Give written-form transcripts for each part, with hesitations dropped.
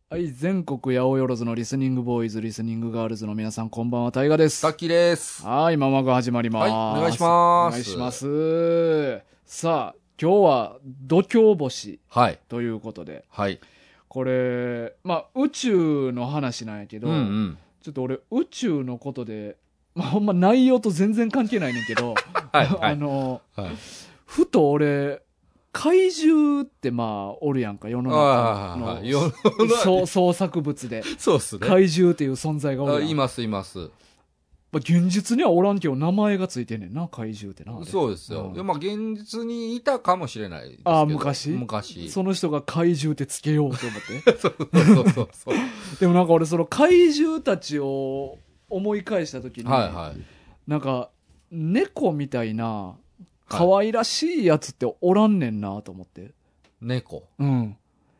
はい、全国八百万のリスニングボーイズ、リスニングガールズの皆さん、こんばんは、タイガです。 タッキーです。 はい、ママが始まります。 はい、お願いします。 お願いします。さあ、今日は度胸星ということで、 はい。 これ、宇宙の話なんやけど、ちょっと俺、宇宙のことで、ほんま内容と全然関係ないねんけど、 はい、 ふと俺、怪獣っておるやんか、世の中の創作物で。 そうっすね。 怪獣っていう存在がおるやん。 います、います。 現実にはおらんけど名前がついてんねんな、怪獣ってな。 そうですよ。現実にいたかもしれないですけど。 ああ、昔。その人が怪獣ってつけようと思って。 そう。 でもなんか俺その怪獣たちを思い返したときに、なんか猫みたいな、可愛らしいやつっておらんねんなと思って。 猫。 うん。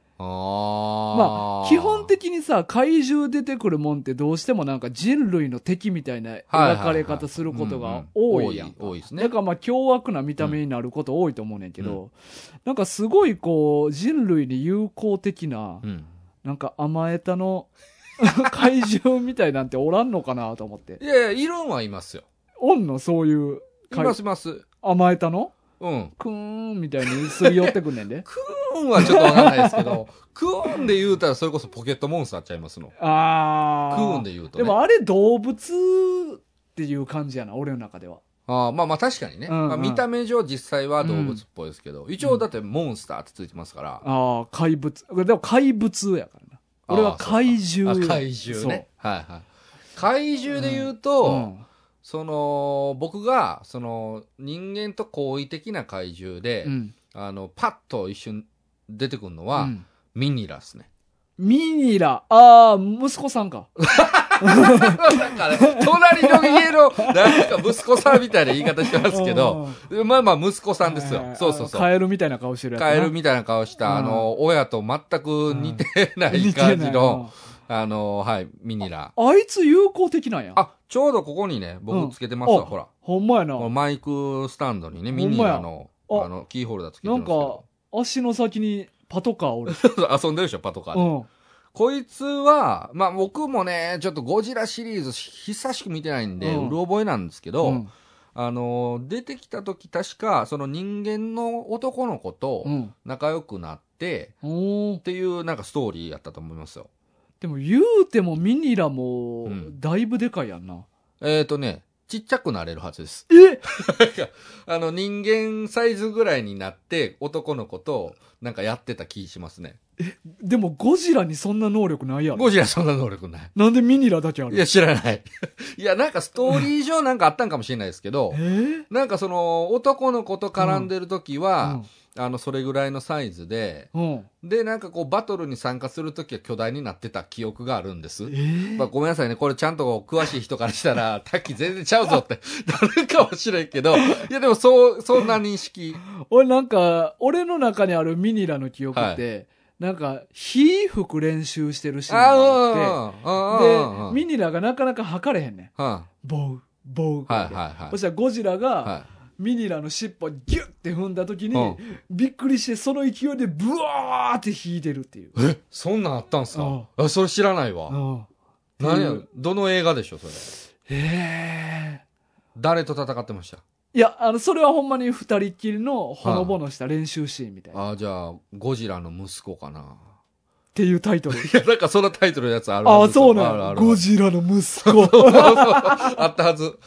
基本的にさ、怪獣出てくるもんってどうしてもなんか人類の敵みたいな描かれ方することが多いやん。 多いですね。 だから凶悪な見た目になること多いと思うねんけど、なんかすごいこう、人類に友好的な、なんか甘えたの怪獣みたいなんておらんのかなと思って。 いや、いるんはいますよ。 おんのそういう。 います。 甘えたのクーンみたいにすり寄ってくんねんで。 クーンはちょっとわかんないですけど、クーンで言うたらそれこそポケットモンスターちゃいますの。 ああ。 クーンで言うと、 ね。でもあれ動物っていう感じやな、俺の中では。 確かにね。見た目上実際は動物っぽいですけど、一応だってモンスターってついてますから。 ああ、怪物。でも怪物やからな。俺は怪獣。 怪獣ね。はいはい。怪獣で言うと、僕が、人間と好意的な怪獣で、パッと一瞬出てくるのは、ミニラですね。 ミニラ。ああ、息子さんか。 なんかね、隣の家の、なんか息子さんみたいな言い方してますけど、息子さんですよ。そう。 カエルみたいな顔してるやつ。 カエルみたいな顔した、親と全く似てない感じの、ミニラ。 あいつ友好的なんや。 ちょうどここにね、僕つけてますわ、ほら。 ほんまやな。 マイクスタンドにね、ミニラの、キーホルダーつけてるんですけど。 なんか、足の先にパトカーおる。 遊んでるでしょ、パトカーで。こいつは、僕もね、ちょっとゴジラシリーズ久しく見てないんで、うる覚えなんですけど、出てきた時確か、その人間の男の子と仲良くなって、っていうなんかストーリーやったと思いますよ。 でも言うてもミニラも、だいぶでかいやんな。 ちっちゃくなれるはずです。人間サイズぐらいになって男の子となんかやってた気しますね。 でもゴジラにそんな能力ないやろ。 ゴジラそんな能力ない。 なんでミニラだけある？ いや、知らない。いや、なんかストーリー上なんかあったんかもしれないですけど、なんかその男の子と絡んでる時は、それぐらいのサイズで、で、なんかこうバトルに参加するときは巨大になってた記憶があるんです。ごめんなさいね、これちゃんと詳しい人からしたら、タッキー全然ちゃうぞってなるかもしれんけど、いやでもそんな認識。 俺の中にあるミニラの記憶って、なんか、火吹く練習してるシーンがあって、で、ミニラがなかなか測れへんねん。ボウ、ボウ。そしたらゴジラが、ミニラの尻尾ギュッて踏んだ時に、びっくりしてその勢いでブワーって引いてるっていう。 そんなんあったんすか？それ知らないわ。何や、どの映画でしょ、それ。誰と戦ってました？ いや、それはほんまに二人っきりのほのぼのした練習シーンみたいな。 じゃあ、ゴジラの息子かな。 っていうタイトル。 いや、なんかそのタイトルのやつある。 そうなの。ゴジラの息子。 あったはず。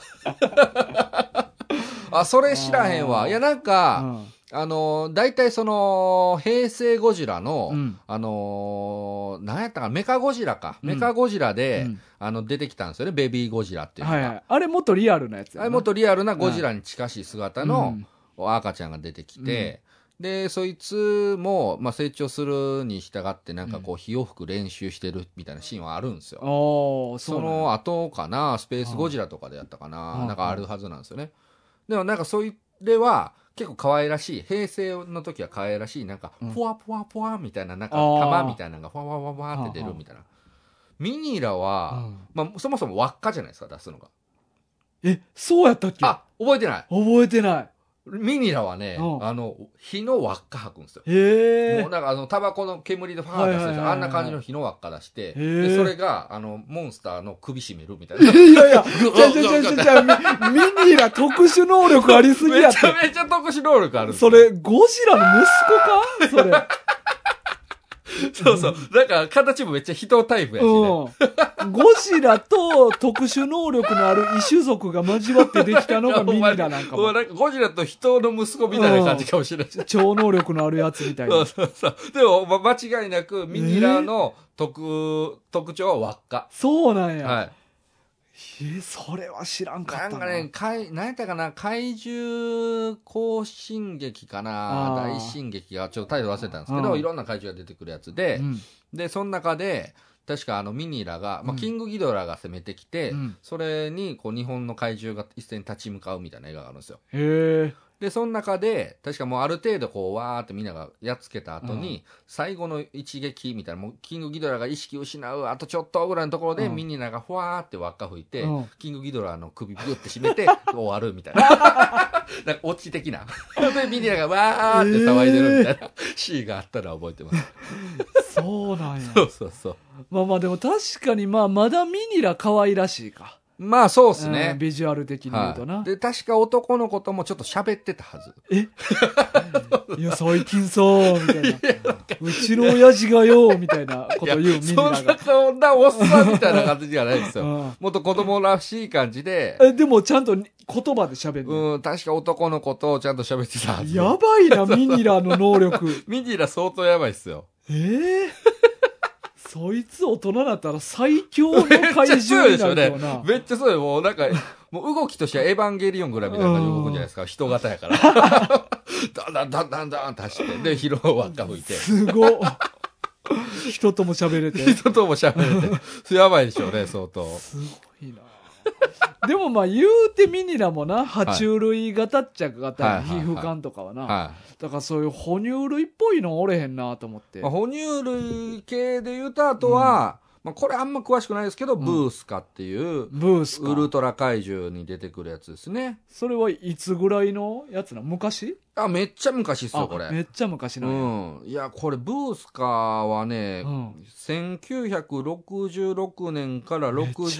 それ知らへんわ。いや、なんか、大体その、平成ゴジラの、なんやったかな、メカゴジラか。メカゴジラで、出てきたんですよね、ベビーゴジラっていうのが。 あれもっとリアルなやつやな。 あれもっとリアルなゴジラに近しい姿の赤ちゃんが出てきて、で、そいつも、成長するに従って、なんかこう、火を吹く練習してるみたいなシーンはあるんですよ。その後かな、スペースゴジラとかでやったかな、なんかあるはずなんですよね。でもなんかそれは、結構可愛らしい、平成の時は可愛らしい、なんか、ポワポワポワみたいな、なんか、玉みたいなのが、ファワワワって出るみたいな。ミニラは、そもそも輪っかじゃないですか、出すのが。 そうやったっけ？ 覚えてない。 覚えてない。 ミニラはね、火の輪っか吐くんですよ。 へえ。 もうなんかタバコの煙でファー出してる、あんな感じの火の輪っか出して、でそれが、モンスターの首絞めるみたいな。 いやいや、ミニラ特殊能力ありすぎやって。 めちゃめちゃ特殊能力ある。 それ、ゴジラの息子かそれ。 そうそう。だから形もめっちゃ人タイプやしね。 ゴジラと特殊能力のある異種族が交わってできたのがミニラなんかも。 なんかゴジラと人の息子みたいな感じかもしれない。 超能力のあるやつみたいな。 そう。でも、間違いなくミニラの特徴は輪っか。 そうなんや。 はい。 それは知らんかったな。 なんかね、何やったかな、怪獣行進劇かな、大進撃が、ちょっとタイトル忘れたんですけど、いろんな怪獣が出てくるやつで、で、その中で、確かミニラが、キングギドラが攻めてきて、それにこう日本の怪獣が一斉に立ち向かうみたいな映画があるんですよ。 へー。 で、その中で、確かもうある程度こう、わーってみんながやっつけた後に、最後の一撃みたいな、もうキングギドラが意識を失う、あとちょっとぐらいのところで、ミニラがふわーって輪っか吹いて、キングギドラの首ビュって締めて、終わるみたいな。なんかオチ的な。で、ミニラがわーって騒いでるみたいなシーンがあったら覚えてます。 そうなんや。 そう。 まあでも確かにまだミニラ可愛らしいか。 まあそうですね、 ビジュアル的に言うとな。 で、確か男の子ともちょっと喋ってたはず。 いや、最近さ、みたいな。うちの親父がよ、みたいなこと言うミニラが。 そんなおっさんみたいな感じじゃないですよ。もっと子供らしい感じで。 でもちゃんと言葉で喋る。 確か男の子とちゃんと喋ってたはず。 やばいな、ミニラの能力。 ミニラ相当やばいっすよ。 そいつ大人だったら最強の怪獣になるよな。 めっちゃそうよ。もうなんか、もう動きとしてはエヴァンゲリオンぐらいみたいな感じで動くんじゃないですか。人型やから。だんだんって走って。で、広輪っか吹いて。 すごっ。人とも喋れて。 やばいでしょうね、相当。 すごいな。でも言うてミニラもな、爬虫類型っちゃ型、皮膚感とかはな。だからそういう哺乳類っぽいのおれへんなと思って。 哺乳類系で言うと、あとは、これあんま詳しくないですけど、ブースカっていう、ウルトラ怪獣に出てくるやつですね。 それはいつぐらいのやつな？昔？ めっちゃ昔っすよ、これ。 めっちゃ昔なんや。いや、これ、ブースカはね、1966年から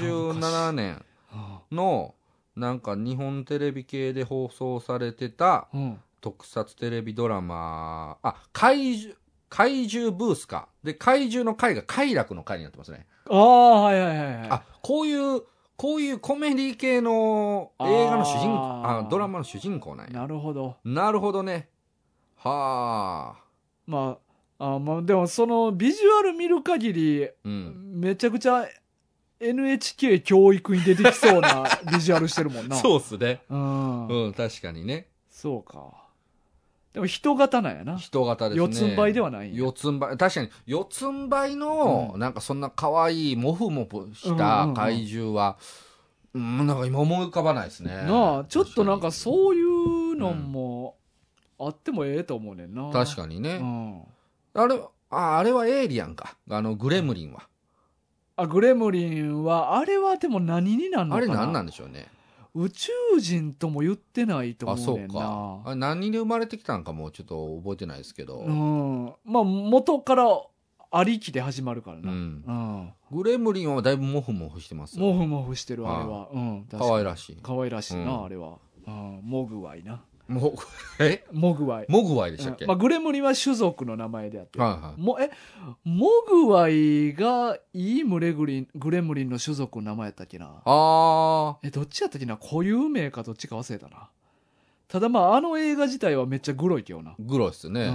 67年の、なんか日本テレビ系で放送されてた、特撮テレビドラマ、怪獣ブースカ。で、怪獣の怪が快楽の怪になってますね。 はい。 こういうコメディ系の映画の主人公、ドラマの主人公なんや。 なるほどね。はあ。 でもそのビジュアル見る限り、めちゃくちゃ NHK 教育に出てきそうなビジュアルしてるもんな。 そうっすね。確かにね。 そうか。でも人型なんやな。 人型ですね。 四つん這いではないんや。 四つん這い。確かに、四つん這いの、なんかそんな可愛い、モフモフした怪獣は、なんか今思い浮かばないですね。 ちょっとなんかそういうのも、あってもええと思うねんな。 確かにね。あれはエイリアンか。グレムリンは。 グレムリンは、あれはでも何になるのかな。 あれ何なんでしょうね。 宇宙人とも言ってないと思うねんな。 そうか。何で生まれてきたんかもちょっと覚えてないですけど。 元からありきで始まるからな。 グレムリンはだいぶモフモフしてますよ。 モフモフしてる、あれは。 可愛らしい。 可愛らしいな、あれは。モグワイな。 モグワイでしたっけ？ グレムリンは種族の名前であって。モグワイがいいグレムリンの種族の名前やったっけな。どっちやったっけな、固有名かどっちか忘れたな。ただあの映画自体はめっちゃグロいけどな。 グロいっすね。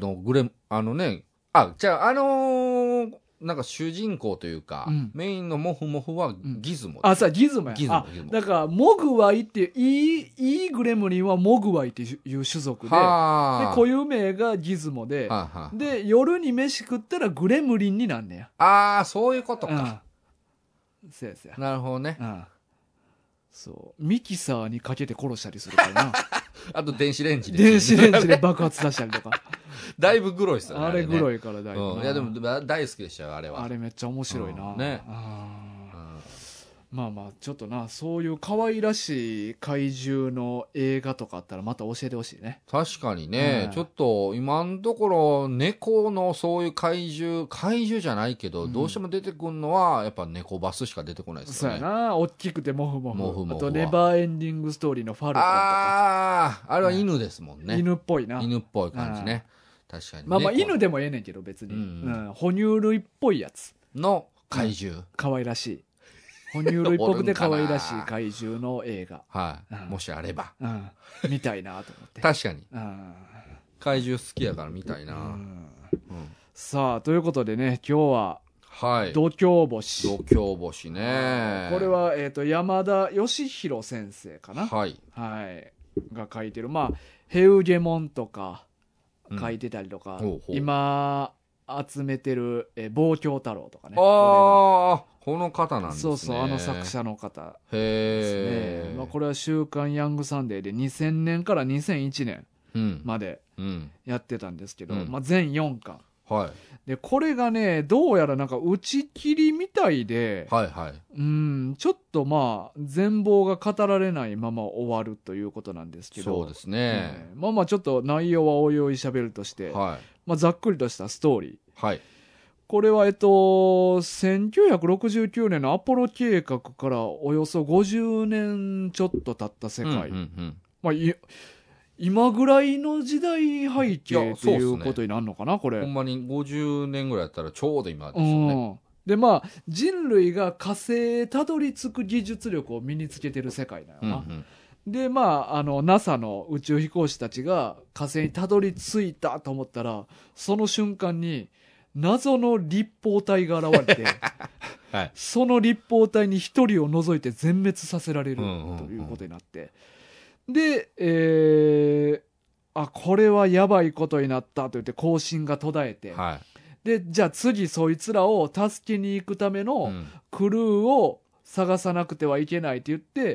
じゃあなんか主人公というか、メインのモフモフはギズモ。 ギズモや。だから、モグワイっていう、いいグレムリンはモグワイっていう種族で、固有名がギズモで、で、夜に飯食ったらグレムリンになんねや。そういうことか。 そうや。 なるほどね。 そう。ミキサーにかけて殺したりするからな。 あと電子レンジで爆発出したりとか。 だいぶグロいっすよね。 あれグロいからだいぶ。 いやでも大好きでしたよ、あれは。 あれめっちゃ面白いな。 まあまあちょっとな、そういう可愛らしい怪獣の映画とかあったらまた教えてほしいね。 確かにね、ちょっと今のところ猫のそういう怪獣じゃないけど、どうしても出てくるのはやっぱ猫バスしか出てこないですよね。 そうやな、大きくてモフモフ。 モフモフはあとネバーエンディングストーリーのファルコンとか。 あれは犬ですもんね。 犬っぽいな。 犬っぽい感じね。確かに。 まあまあ犬でもええねんけど別に、哺乳類っぽいやつの怪獣、 可愛らしい哺乳類っぽくて可愛らしい怪獣の映画、 はい、もしあれば、 見たいなと思って。 確かに、怪獣好きやから見たいな。 さあということでね、今日は度胸星。 度胸星ね。 これは、山田義弘先生かな、 はい、 が書いてる、まあヘウゲモンとか書いてたりとか、今集めてる望郷太郎とかね。 この方なんですね。 そう、作者の方ですね。まあ、これは週刊ヤングサンデーで2000年から2001年までやってたんですけど、まあ、全4巻。でこれがね、どうやらなんか打ち切りみたいで、ちょっとまあ全貌が語られないまま終わるということなんですけど、 そうですね、 まあまあちょっと内容はおいおい喋るとして、まあ、ざっくりとしたストーリー、これは1969年のアポロ計画からおよそ50年ちょっと経った世界、まあ今ぐらいの時代背景っていうことになるのかな、これ。 ほんまに50年ぐらいやったらちょうど今ですよね。 でまあ人類が火星へたどり着く技術力を身につけてる世界だよな。でまあNASA の宇宙飛行士たちが火星にたどり着いたと思ったら、その瞬間に謎の立方体が現れて、その立方体に一人を除いて全滅させられるということになって、で、これはやばいことになったと言って交信が途絶えて、でじゃあ次そいつらを助けに行くためのクルーを探さなくてはいけないって言って、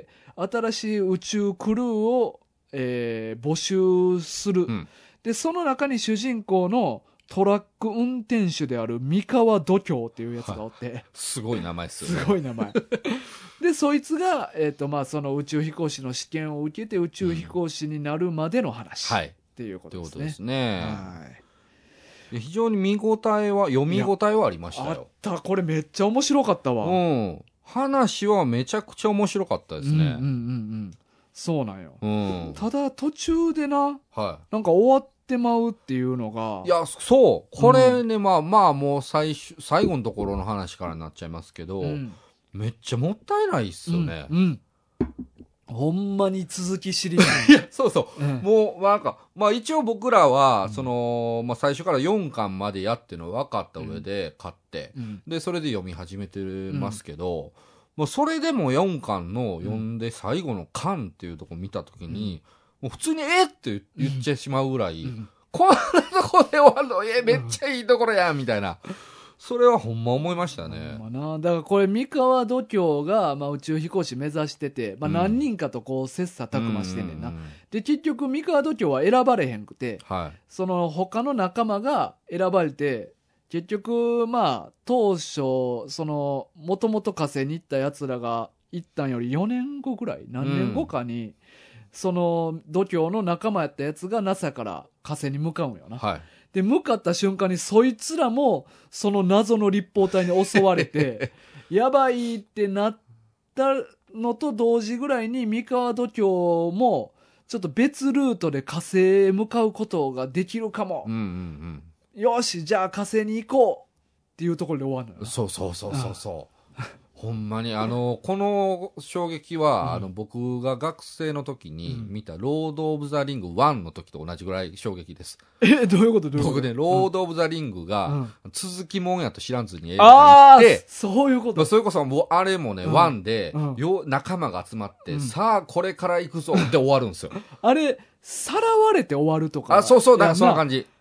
新しい宇宙クルーを、募集する、でその中に主人公のトラック運転手である三河度胸っていうやつがおって、すごい名前ですよね。 すごい名前でそいつが、まあ、その宇宙飛行士の試験を受けて宇宙飛行士になるまでの話、っていうことですね。 非常に読み応えはありましたよ。 あった。これめっちゃ面白かったわ。 話はめちゃくちゃ面白かったですね。 そうなんよ。ただ途中でな、なんか終わってまうっていうのが。 いや、そう。これね、まあもう最後のところの話からなっちゃいますけど、めっちゃもったいないっすよね。 ほんまに続き知りたい。 いや、そうそう。もう、なんか、まあ一応僕らは、まあ最初から4巻までやっての分かった上で買って、で、それで読み始めてますけど、もうそれでも4巻の読んで最後の巻っていうとこ見たときに、もう普通にって言っちゃいしまうぐらい、こんなとこで終わるの、めっちゃいいところやんみたいな。それはほんま思いましたね。 だからこれ三河度胸が、まあ、宇宙飛行士目指してて、まあ、何人かとこう切磋琢磨してんねんな。で結局三河度胸は選ばれへんくて、その他の仲間が選ばれて、結局まあ当初もともと火星に行ったやつらが行ったんより4年後ぐらい、何年後かに、その度胸の仲間やったやつが NASA から火星に向かうんよな。で向かった瞬間にそいつらもその謎の立方体に襲われてやばいってなったのと同時ぐらいに、三河度胸もちょっと別ルートで火星へ向かうことができるかも、よしじゃあ火星に行こうっていうところで終わるのよ。 そうほんまにこの衝撃は、僕が学生の時に見たロード・オブ・ザ・リング1の時と同じぐらい衝撃です。 どういうこと僕ね、ロード・オブ・ザ・リングが続きもんやと知らんずに映画に行って、 そういうこと。 それこそあれもね、1で仲間が集まって、さあこれから行くぞって終わるんですよ。 あれさらわれて終わるとか。 そうだからそんな感じ。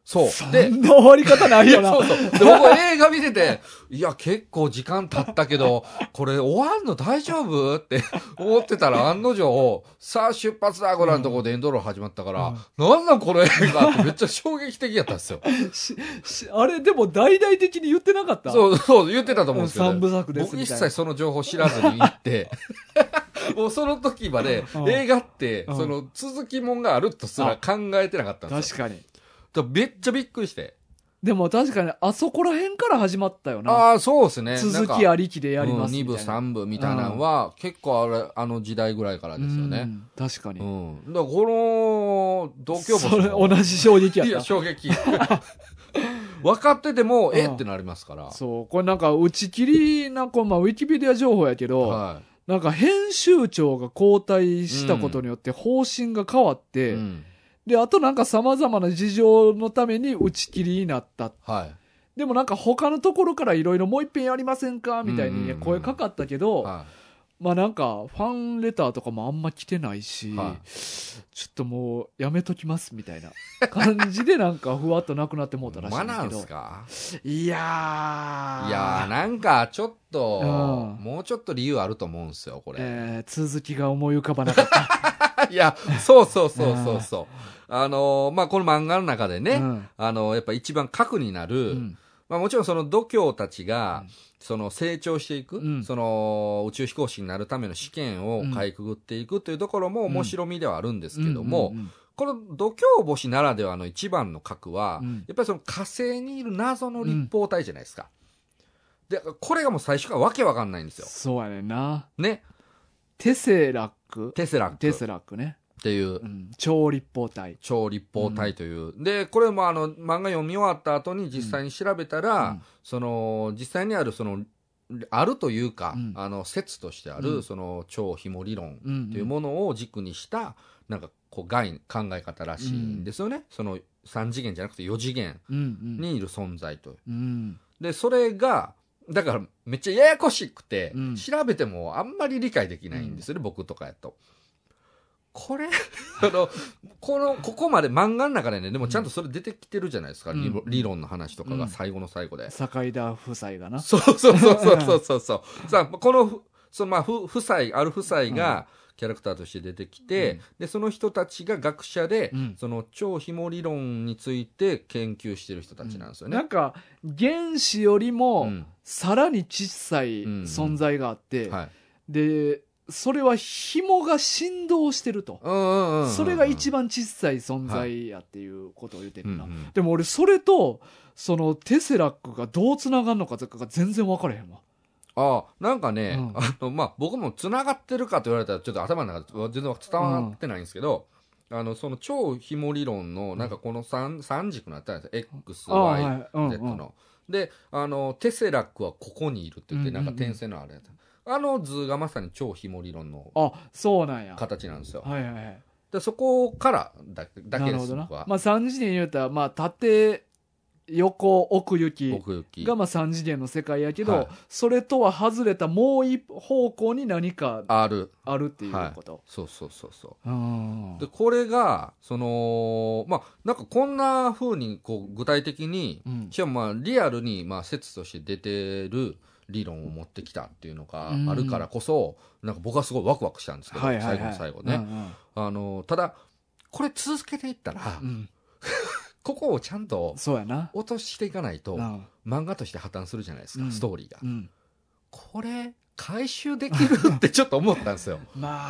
そう。 そんな終わり方ないよな。 そうそう。で、僕映画見てて、いや、結構時間経ったけど、これ終わんの大丈夫って思ってたら、案の定、さあ出発だぐらいのところでエンドロール始まったから、なんなんこの映画ってめっちゃ衝撃的やったんですよ。 あれ、でも大々的に言ってなかった？ そう、言ってたと思うんですけど、 三部作です僕一切その情報知らずに行って、もうその時まで映画って、その続きもんがあるとすら考えてなかったんですよ。 確かに。 めっちゃびっくりして。 でも確かに、あそこら辺から始まったよな。 ああ、そうですね。 続きありきでやりますみ 2 たいな。 部、3部みたいなのは、結構あの時代ぐらいからですよね。 確かに。 だからこの、同居それ同じ衝撃やった。 いや、衝撃。分かってても、ってなりますから。 そう。これなんか、打ち切りな、ウィキペディア情報やけど、なんか編集長が交代したことによって方針が変わって、で、あとなんか様々な事情のために打ち切りになった。でもなんか他のところからいろいろもう一遍やりませんかみたいに声かかったけど、まあなんかファンレターとかもあんま来てないし、ちょっともうやめときますみたいな感じでなんかふわっとなくなってもうたらしいんだけど。 なんすか？ いやーなんかちょっと、もうちょっと理由あると思うんですよ、これ。 続きが思い浮かばなかった。 いや、そう。まあ、この漫画の中でね、やっぱ一番核になる、まあもちろんその度胸たちが、その成長していく、その宇宙飛行士になるための試験をかいくぐっていくというところも面白みではあるんですけども、この度胸星ならではの一番の核は、やっぱりその火星にいる謎の立方体じゃないですか。で、これがもう最初からわけわかんないんですよ。 そうやねんな。 ね。 テセラックね。 っていう、 超立方体という、でこれも漫画読み終わった後に実際に調べたら、その実際にあるそのあるというか、説としてある、その超紐理論というものを軸にしたなんかこう考え方らしいんですよね、その3次元じゃなくて4次元にいる存在と、でそれがだからめっちゃややこしくて、調べてもあんまり理解できないんですよね、僕とかやと。これここまで漫画の中でね、でもちゃんとそれ出てきてるじゃないですか、理論の話とかが最後の最後で。 坂井田夫妻がな。 そう。さあ、この、夫妻、ある夫妻がキャラクターとして出てきて、で、その人たちが学者で、その超紐理論について研究してる人たちなんですよね。 なんか、原子よりも、さらに小さい存在があって、で、それは紐が振動してると。それが一番小さい存在やっていうことを言ってるな。でも俺それと、そのテセラックがどう繋がるのかとかが全然分からへんわ。 なんかね、僕も繋がってるかと言われたらちょっと頭の中で全然伝わってないんですけど、その超紐理論のなんかこの三軸のあったんですよ。X、Y、Z の。で、テセラックはここにいるって言って、なんか点線のあるやつ。図がまさに超紐理論の形なんですよ。でそこからだけです僕は。 3次元言うたら、縦、横、奥行きが3次元の世界やけど、それとは外れたもう一方向に何かあるっていうこと。 そう。で、これが、なんかこんな風にこう具体的に、しかもリアルに説として出てる、理論を持ってきたっていうのがあるからこそ、なんか僕はすごいワクワクしたんですけど、最後の最後ね。ただ、これ続けていったら、ここをちゃんと落としていかないと、漫画として破綻するじゃないですか、ストーリーが。これ、回収できるってちょっと思ったんですよ。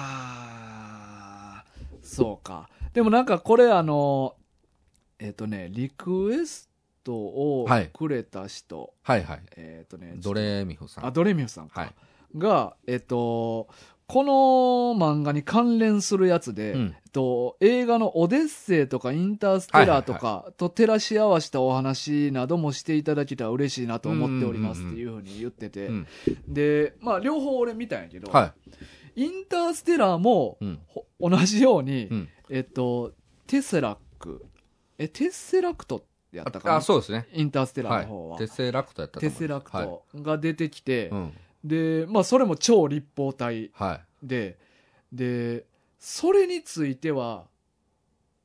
そうか。でもなんかこれリクエストをくれた人、 ドレミフさん。 ドレミフさんか。が、この漫画に関連するやつで、映画のオデッセイとかインターステラーとかと照らし合わせたお話などもしていただけたら嬉しいなと思っておりますっていうふうに言ってて、で、両方俺見たんやけど、インターステラーも同じように、テセラック、テッセラクトやったかな。 そうですね。 インターステラーの方は。 テセラクトやったと思います。 テセラクトが出てきて、で、それも超立方体で、で、それについては、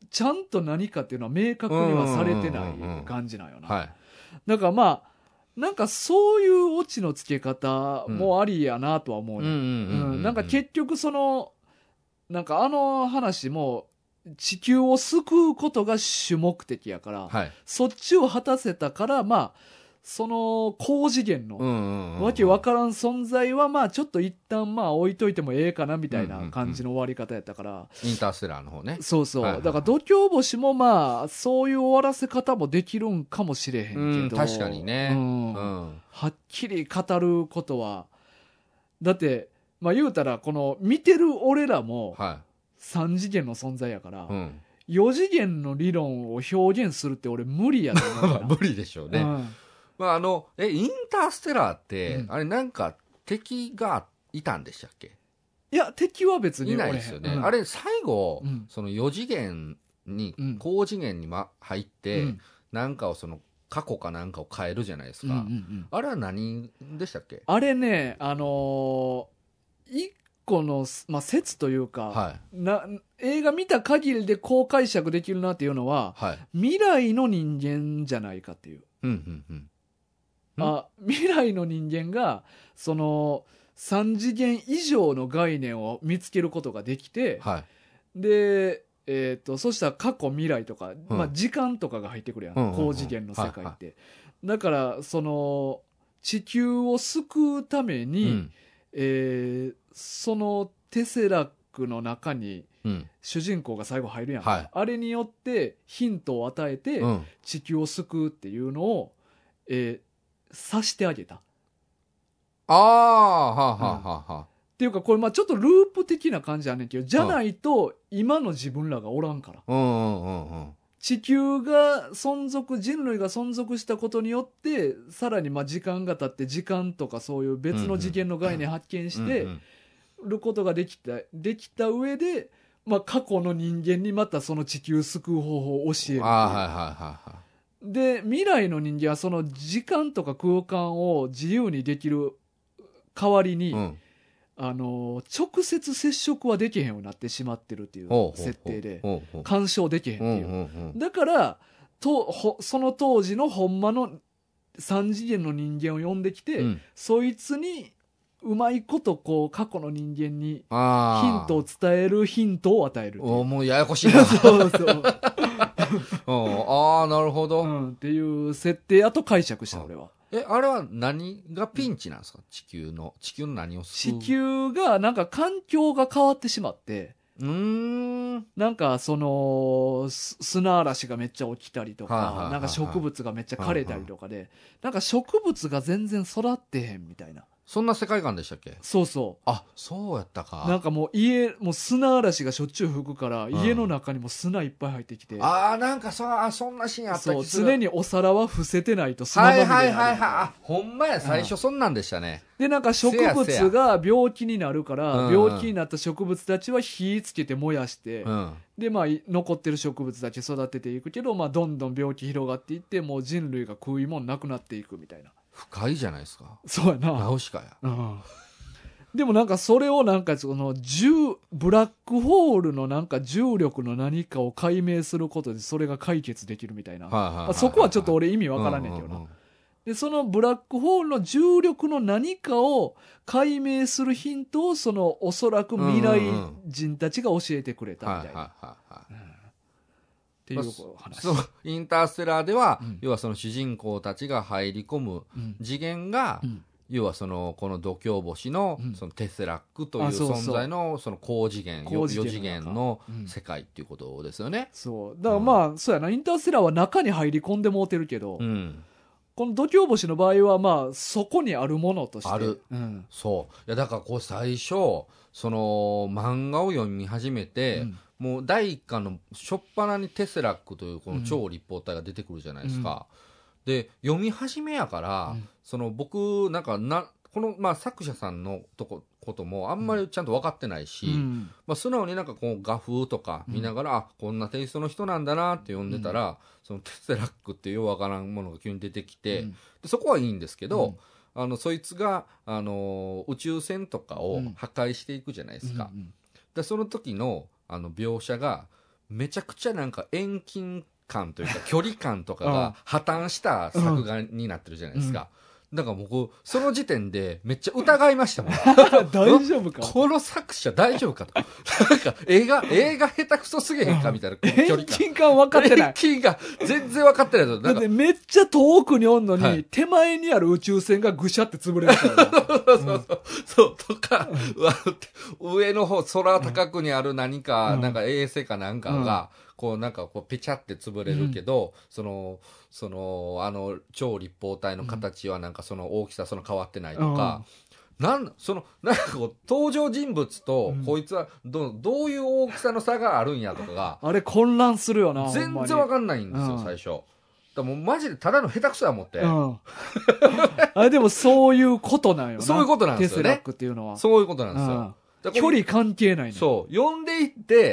ちゃんと何かっていうのは明確にはされてない感じなんよな。 はい。 だからまあ、なんかそういうオチのつけ方もありやなとは思うね。なんか結局なんか話も地球を救うことが主目的やから、 はい、 そっちを果たせたから、まあ、その高次元のわけわからん存在はまあちょっと一旦まあ置いといてもええかなみたいな感じの終わり方やったから、 インターステラーの方ね。 そうそう、だから度胸星もまあそういう終わらせ方もできるんかもしれへんけど、 確かにね、 はっきり語ることはだってまあ言うたらこの見てる俺らも3次元の存在やから、4次元の理論を表現するって俺無理やと思うから無理でしょうね、まあ、インターステラーって、あれなんか敵がいたんでしたっけ？ いや、敵は別にいないですよね。あれ最後、その4次元に、高次元に入って、なんかを過去かなんかを変えるじゃないですか。あれは何でしたっけ？あれね、一個の、まあ、説というか、映画見た限りでこう解釈できるなっていうのは、未来の人間じゃないかっていう。未来の人間が3次元以上の概念を見つけることができて、で、そしたら過去未来とか、まあ、時間とかが入ってくるやん、高次元の世界って、だから地球を救うために、そのテセラックの中に主人公が最後入るやん、あれによってヒントを与えて、地球を救うっていうのを、さしてあげた。っていうかこれまあちょっとループ的な感じあんねんけど、じゃないと今の自分らがおらんから。地球が存続、人類が存続したことによってさらにまあ時間が経って時間とかそういう別の次元の概念発見してることができた上で、まあ過去の人間にまたその地球救う方法を教える。で未来の人間はその時間とか空間を自由にできる代わりに、直接接触はできへんようになってしまってるっていう設定で干渉できへんっていう、だからその当時のほんまの3次元の人間を呼んできて、そいつにうまいことこう過去の人間にヒントを伝えるヒントを与えるっていう。 もうややこしいなそうそうああなるほど、 っていう設定やと解釈した俺は。 あれは何がピンチなんですか？地球の何を救う？地球がなんか環境が変わってしまって、なんか砂嵐がめっちゃ起きたりとか、なんか植物がめっちゃ枯れたりとかで、なんか植物が全然育ってへんみたいな。 そんな世界観でしたっけ？ そうそう。 あ、そうやったか。 なんかもう砂嵐がしょっちゅう吹くから、家の中にも砂いっぱい入ってきて。 なんかそんなシーンあった気する。 常にお皿は伏せてないと砂まみれになる。 ほんまや、最初そんなんでしたね。 で、なんか植物が病気になるから、病気になった植物たちは火つけて燃やして、で、まあ、残ってる植物たち育てていくけど、まあ、どんどん病気広がっていって、もう人類が食い物なくなっていくみたいな。 深いじゃないですか。 そうやな。 ナウシカや。 でもなんかそれをなんかブラックホールのなんか重力の何かを解明することでそれが解決できるみたいな。そこはちょっと俺意味わからんねんけどな。で、そのブラックホールの重力の何かを解明するヒントをおそらく未来人たちが教えてくれたみたいな。っていう話。 インターステラーでは、要はその主人公たちが入り込む次元が、要はこの度胸星のそのテセラックという存在のその高次元、4次元の世界っていうことですよね。 そう。だからまあ、そうやな、インターステラーは中に入り込んでもうてるけど、この度胸星の場合はまあ、そこにあるものとして。 ある。そう。いや、だからこう最初、漫画を読み始めて、もう第一巻の初っ端にテセラックというこの超立方体が出てくるじゃないですか。で読み始めやから、僕なんかこの、まあ、作者さんのこともあんまりちゃんと分かってないし、まあ、素直になんかこう画風とか見ながら、こんなテイストの人なんだなって読んでたら、そのテセラックっていうようわからんものが急に出てきて、でそこはいいんですけど、そいつが宇宙船とかを破壊していくじゃないですか。でその時の描写がめちゃくちゃなんか遠近感というか距離感とかが破綻した作画になってるじゃないですか。だから僕、その時点でめっちゃ疑いましたもん。 大丈夫かこの作者大丈夫かと。なんか映画下手くそすぎへんかみたいな距離感。 遠近感分かってない。 遠近感全然分かってないぞ。 だってめっちゃ遠くにおんのに、手前にある宇宙船がぐしゃって潰れるからな。 そう、とか、上の方、空高くにある何か、なんか衛星かなんかが、こうなんかこうペチャって潰れるけど、超立方体の形はなんかその大きさ変わってないとか、なんかこう登場人物とこいつはどういう大きさの差があるんやとかが、 あれ混乱するよな。 全然わかんないんですよ、最初。だからもうマジでただの下手くそや思って。 あれでもそういうことなんよな。 そういうことなんですよね。 テスラックっていうのは。 そういうことなんですよ。 距離関係ないね。 そう。読んでいって、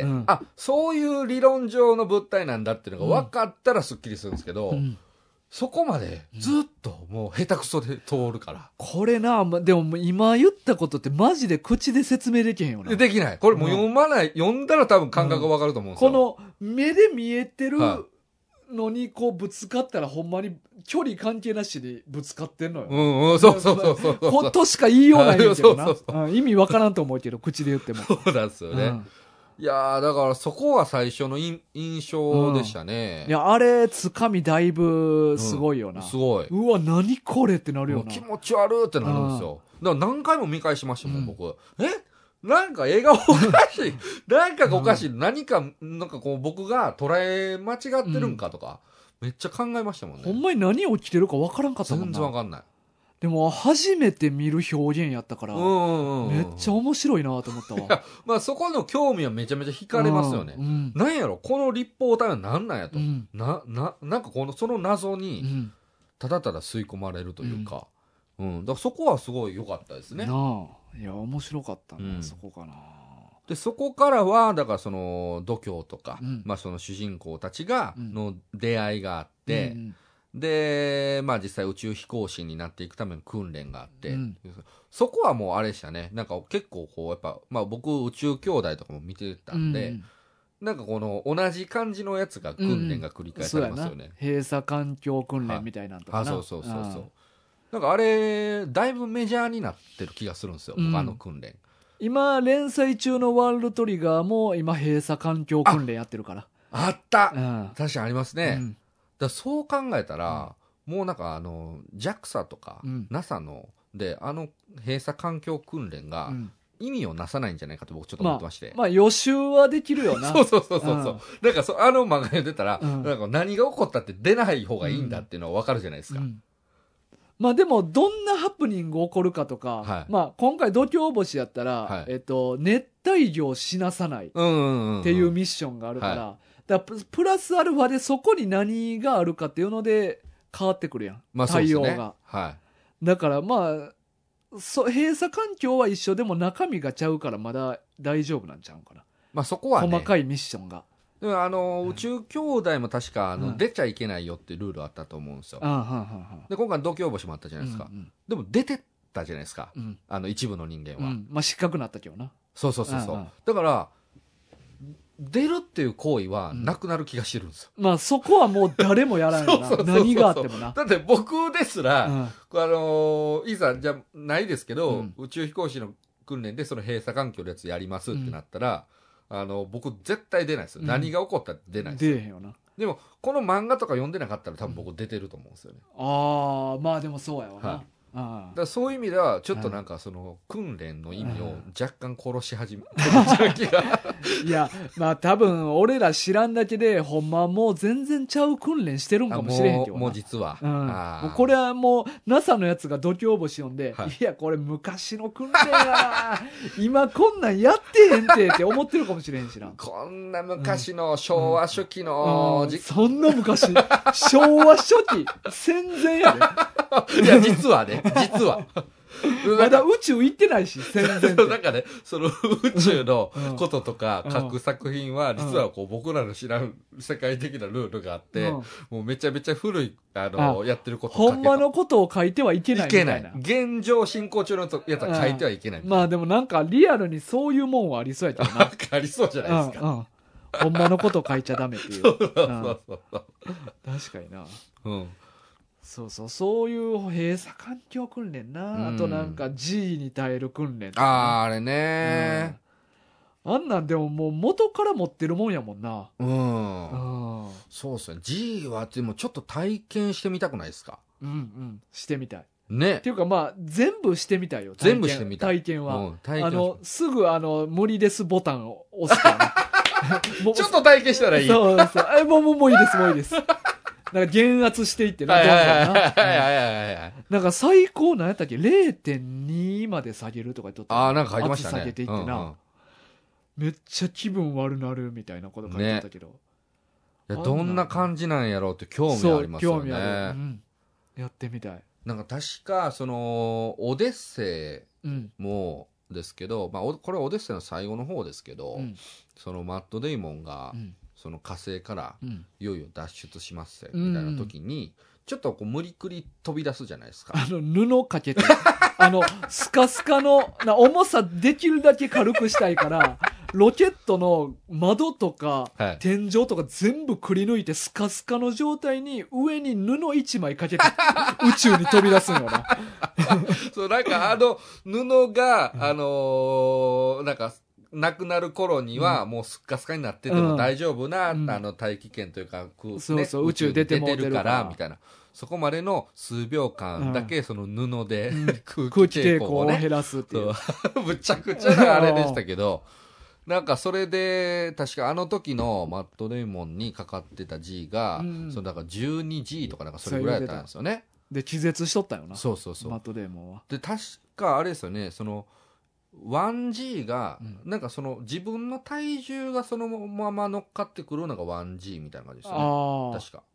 そういう理論上の物体なんだっていうのが分かったらスッキリするんですけど、そこまでずっともう下手くそで通るから。 これな、でも今言ったことってマジで口で説明できへんよな。 できない。これもう読んだら多分感覚が分かると思うんですよ。 この目で見えてるのにこうぶつかったらほんまに距離関係なしでぶつかってんのよ。 そう。 ことしか言いようないんだけどな。意味わからんと思うけど、口で言っても。 そうなんですよね。いやー、だからそこは最初の印象でしたね。 いや、あれ、つかみだいぶすごいよな。 すごい。 うわ、何これってなるよな。 気持ち悪ってなるんですよ。だから何回も見返しましたもん、僕。なんか映画おかしい。なんかおかしい。何か、なんかこう僕が捉え間違ってるんかとか、めっちゃ考えましたもんね。 ほんまに何起きてるかわからんかったもんな。 全然わかんない。 でも初めて見る表現やったから、めっちゃ面白いなと思ったわ。いや、 まあそこの興味はめちゃめちゃ惹かれますよね。なんやろ、この立方体は何なんやと。なんかその謎に、ただただ吸い込まれるというか、だからそこはすごい良かったですね。 いや、面白かったな、そこかな。 で、そこからは、だからその、度胸とか、まあその主人公たちの出会いがあって、で、まあ実際宇宙飛行士になっていくための訓練があって、そこはもうあれでしたね。なんか結構こう、やっぱ、まあ僕宇宙兄弟とかも見てたんで、なんかこの同じ感じのやつが訓練が繰り返されますよね。 閉鎖環境訓練みたいなとかな。 そう。なんかあれ、だいぶメジャーになってる気がするんですよ、あの訓練。 今、連載中のワールドトリガーも今閉鎖環境訓練やってるから。 あった、確かにありますね。だそう考えたら、もうなんかJAXA とか NASA ので閉鎖環境訓練が意味をなさないんじゃないかと僕ちょっと思ってまして。 まあ予習はできるよな。 そう。なんか漫画で出たら、なんか何が起こったって出ない方がいいんだっていうのは分かるじゃないですか。 まあでもどんなハプニング起こるかとか、まあ今回度胸星やったら、熱帯魚を死なさないっていうミッションがあるから、だからプラスアルファでそこに何があるかっていうので変わってくるやん、対応が。だからまあ閉鎖環境は一緒でも中身がちゃうからまだ大丈夫なんちゃうかな。 まあそこはね、 細かいミッションが。 でも宇宙兄弟も確か出ちゃいけないよってルールあったと思うんですよ。で今回度胸星もあったじゃないですか。でも出てったじゃないですか、一部の人間は。 まあ失格になったけどな。 そう。だから出るっていう行為はなくなる気がしてるんですよ。 まあそこはもう誰もやらないな。何があってもな。 だって僕ですら、いざじゃないですけど、宇宙飛行士の訓練でその閉鎖環境のやつやりますってなったら、僕絶対出ないですよ。何が起こったら出ないですよ。 出えへんよな。 でもこの漫画とか読んでなかったら多分僕出てると思うんですよね。 まあでもそうやわな。 だからそういう意味ではちょっとなんかその訓練の意味を若干殺し始めてる気がいやまあ多分俺ら知らんだけでほんまもう全然ちゃう訓練してるんかもしれへんけどな。 もう実は、 もうこれはもう NASA のやつが度胸星読んで、いやこれ昔の訓練やな今こんなんやってへんって思ってるかもしれへんしな。 こんな昔の昭和初期の、 そんな昔昭和初期戦前やで。 いや実はね実はまだ宇宙行ってないし戦前って。 なんかねその宇宙のこととか書く作品は実はこう僕らの知らん世界的なルールがあって、もうめちゃめちゃ古いやってることほんまのことを書いてはいけないみたいな。 現状進行中のやつは書いてはいけない。 まあでもなんかリアルにそういうもんはありそうやけどな。 ありそうじゃないですか。 ほんまのこと書いちゃダメっていう。 そうそうそう。 確かにな。 うん。 そういう閉鎖環境訓練な。あとなんか G に耐える訓練とか、 ああ、あれね、 あんなんでももう元から持ってるもんやもんな。 そうっすね。G はでもちょっと体験してみたくないですか？ してみたい。 ね。 っていうかまあ、全部してみたいよ。 全部してみたい。 体験は。すぐ無理ですボタンを押すから、 ね、ちょっと体験したらいい。 そう。もういいです、もういいです。なんか減圧していってな、どんどんな。なんか最高何やったっけ ?0.2 まで下げるとか言っとった。 ああ、なんか書いてましたね。 圧下げていってな。めっちゃ気分悪なるみたいなこと書いてたけど。 どんな感じなんやろうって興味ありますよね。興味ある。やってみたい。 なんか確か、オデッセイもですけど、まあ、これはオデッセイの最後の方ですけど、そのマット・デイモンが、その火星からいよいよ脱出しますぜ、みたいな時に、ちょっとこう無理くり飛び出すじゃないですか。 布かけて、スカスカの、重さできるだけ軽くしたいから、ロケットの窓とか、天井とか全部くり抜いてスカスカの状態に上に布一枚かけて宇宙に飛び出すんよな。 そう、なんか布が、なんか、なくなる頃にはもうスッカスカになってても大丈夫な、大気圏というか、 宇宙出てるから、みたいな。そこまでの数秒間だけその布で、 空気抵抗を減らすっていう。 むちゃくちゃなあれでしたけど、なんかそれで、確かあの時のマット・デイモンにかかってた G が、だから 12G とかなんかそれぐらいだったんですよね。 で、気絶しとったよな。 そう。 マット・デイモンは。 で、確かあれですよね、1G が、なんか自分の体重がそのまま乗っかってくるのが 1G みたいな感じですよね。確か。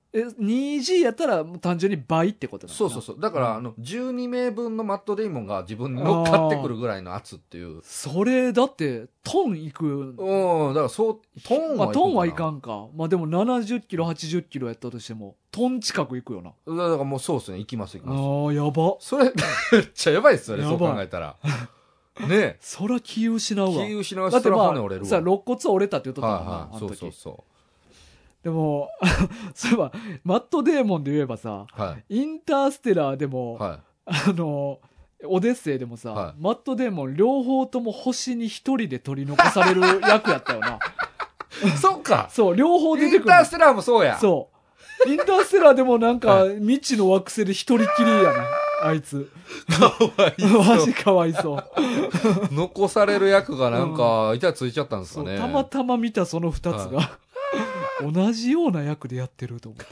2G やったら単純に倍ってことなのかな。 そう。だから、12名分のマット・デイモンが自分に乗っかってくるぐらいの圧っていう。 それ、だって、トンいく。 だからトンはトンはいかんか。まあでも70キロ、80キロやったとしても、トン近くいくよな。 だからもうそうですね、行きます。 ああ、やば。 それ、めっちゃやばいっすよね、そう考えたら。ねそら気失うわ。 気失うし、そら骨折れるわ。 さ、肋骨折れたって言っとったもんな、 そう。 でも、そういえば、マット・デーモンで言えばさ、インターステラーでも、オデッセイでもさ、マット・デーモン両方とも星に一人で取り残される役やったよな。 そっか。 そう、両方出てくる。 インターステラーもそうや。 そう。インターステラーでもなんか、未知の惑星で一人きりやな、あいつ。 かわいそう。 マジかわいそう。 残される役がなんか、板ついちゃったんですかね。 たまたま見たその二つが、同じような役でやってると思って。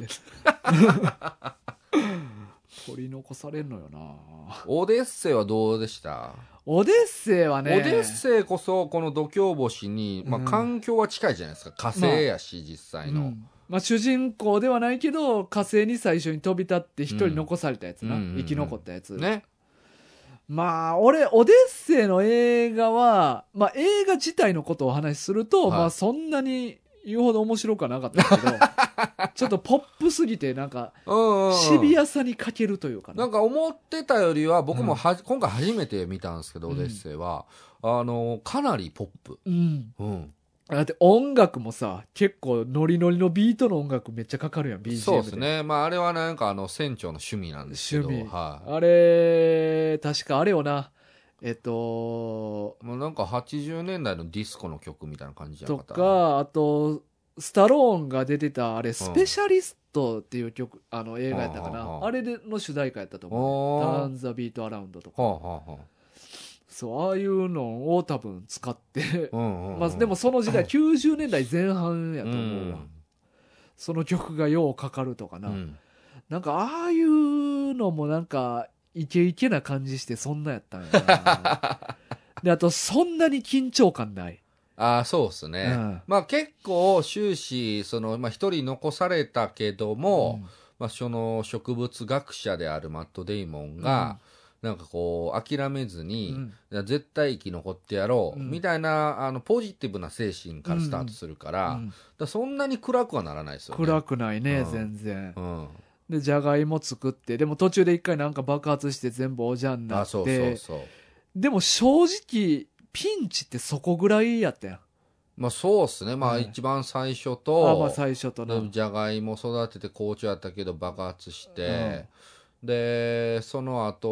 取り残されんのよな。 オデッセイはどうでした？ オデッセイはね。 オデッセイこそ、この度胸星に、まあ環境は近いじゃないですか。火星やし、実際の。 まあ主人公ではないけど、火星に最初に飛び立って一人残されたやつな。生き残ったやつ。 ね。 まあ、俺、オデッセイの映画は、まあ映画自体のことをお話しすると、まあそんなに言うほど面白くはなかったけど、ちょっとポップすぎて、なんか、シビアさに欠けるというかなんか思ってたよりは、僕も今回初めて見たんですけど、オデッセイは、かなりポップ。だって音楽もさ、結構ノリノリのビートの音楽めっちゃかかるやん、BGM で。 そうですね。まああれはなんか船長の趣味なんですけど。 あれ、確かあれよな。 もうなんか80年代のディスコの曲みたいな感じじゃなかったとか、あと、スタローンが出てた、あれ、スペシャリストっていう曲、映画やったかな。あれの主題歌やったと思う、ね。ターンザビートアラウンドとか。そう、ああいうのを多分使って、まあでもその時代90年代前半やと思うわ。その曲がようかかるとかな。なんかああいうのもなんか、イケイケな感じしてそんなやったんやな。で、あとそんなに緊張感ない。 ああ、そうですね。まあ結構終始、まあ一人残されたけども、まあその植物学者であるマット・デイモンが、なんかこう、諦めずに、絶対生き残ってやろう、みたいな、ポジティブな精神からスタートするから、そんなに暗くはならないですよね。 暗くないね、全然。で、じゃがいも作って、でも途中で一回なんか爆発して全部おじゃんになって。 そう。 でも正直、ピンチってそこぐらいやったやん。 まあそうっすね。まあ一番最初と、 まあ最初とな。 じゃがいも育てて好調やったけど爆発して、で、その後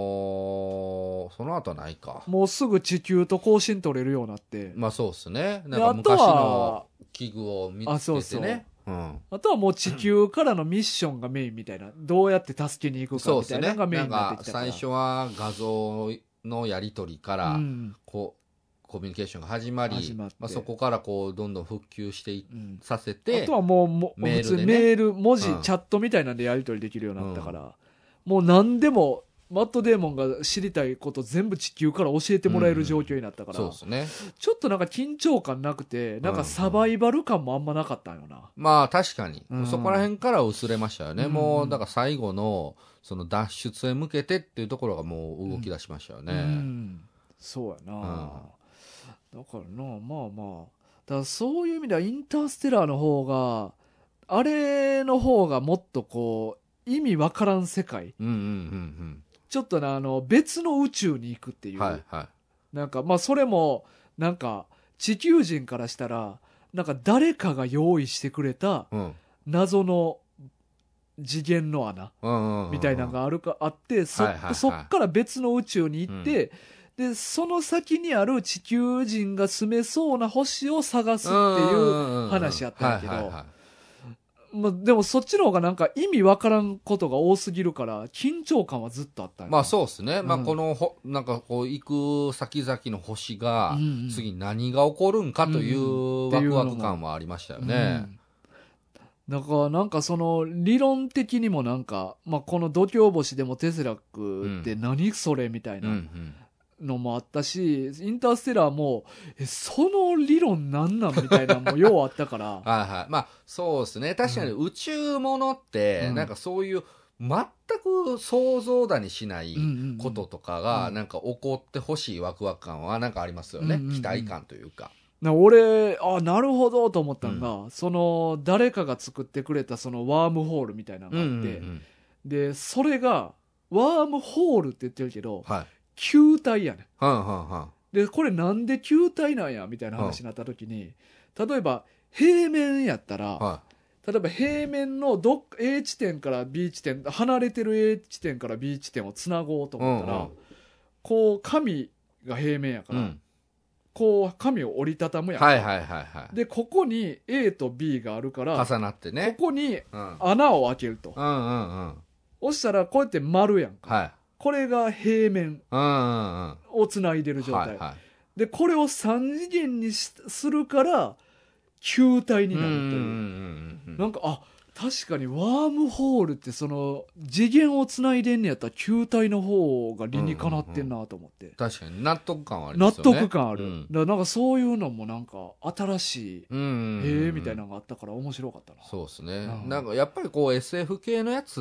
はないか。 もうすぐ地球と交信取れるようになって。 まあそうっすね。なんか昔の器具を見つけてね。 そうそう。あとはもう地球からのミッションがメインみたいな。どうやって助けに行くかみたいなのがメインになってきたから。 最初は画像のやり取りから、コミュニケーションが始まり、まあ、そこからこうどんどん復旧してさせて、 あとはもうメール、文字、チャットみたいなんでやり取りできるようになったから、もう何でもマットデーモンが知りたいこと全部地球から教えてもらえる状況になったから、 そうですね。 ちょっとなんか緊張感なくて、なんかサバイバル感もあんまなかったんよな。 まあ確かに、そこら辺から薄れましたよね。もうだから最後のその脱出へ向けてっていうところがもう動き出しましたよね。 そうやな。だからな、まあまあ。だからそういう意味ではインターステラーの方が、あれの方がもっとこう、意味わからん世界。ちょっとな、別の宇宙に行くっていう。なんか、まあそれも、なんか、地球人からしたら、なんか誰かが用意してくれた、謎の次元の穴、みたいなのがあって、そっから別の宇宙に行って、で、その先にある地球人が住めそうな星を探すっていう話やったんやけど、でもそっちの方がなんか意味わからんことが多すぎるから緊張感はずっとあったんや。 まあそうですね。まあこのなんかこう行く先々の星が次何が起こるんかというワクワク感はありましたよね。 だからなんかその理論的にもなんか、まあこの度胸星でもテスラックって何それみたいなのもあったし、インターステラーもその理論なんなんみたいなのもようあったからまあそうですね。確かに宇宙ものってなんかそういう全く想像だにしないこととかがなんか起こってほしいワクワク感はなんかありますよね。期待感というか。 俺、なるほどと思ったのが、その誰かが作ってくれたそのワームホールみたいなのがあって、でそれがワームホールって言ってるけど、球体やねん。でこれなんで球体なんやみたいな話になった時に、例えば平面やったら、例えば平面のA 地点から B 地点、離れてる A 地点から B 地点をつなごうと思ったら、こう紙が平面やから、こう紙を折りたたむやん。でここに A と B があるから重なってね、 ここに穴を開けると。そしたらこうやって丸やんか。これが平面をつないでる状態。でこれを3次元にするから球体になるという。なんか確かにワームホールってその次元をつないでんねやったら球体の方が理にかなってんなと思って。 確かに納得感はありますよね。 納得感ある。だからなんかそういうのもなんか新しい、へえみたいなのがあったから面白かったな。 そうですね。なんかやっぱりこう SF 系のやつって、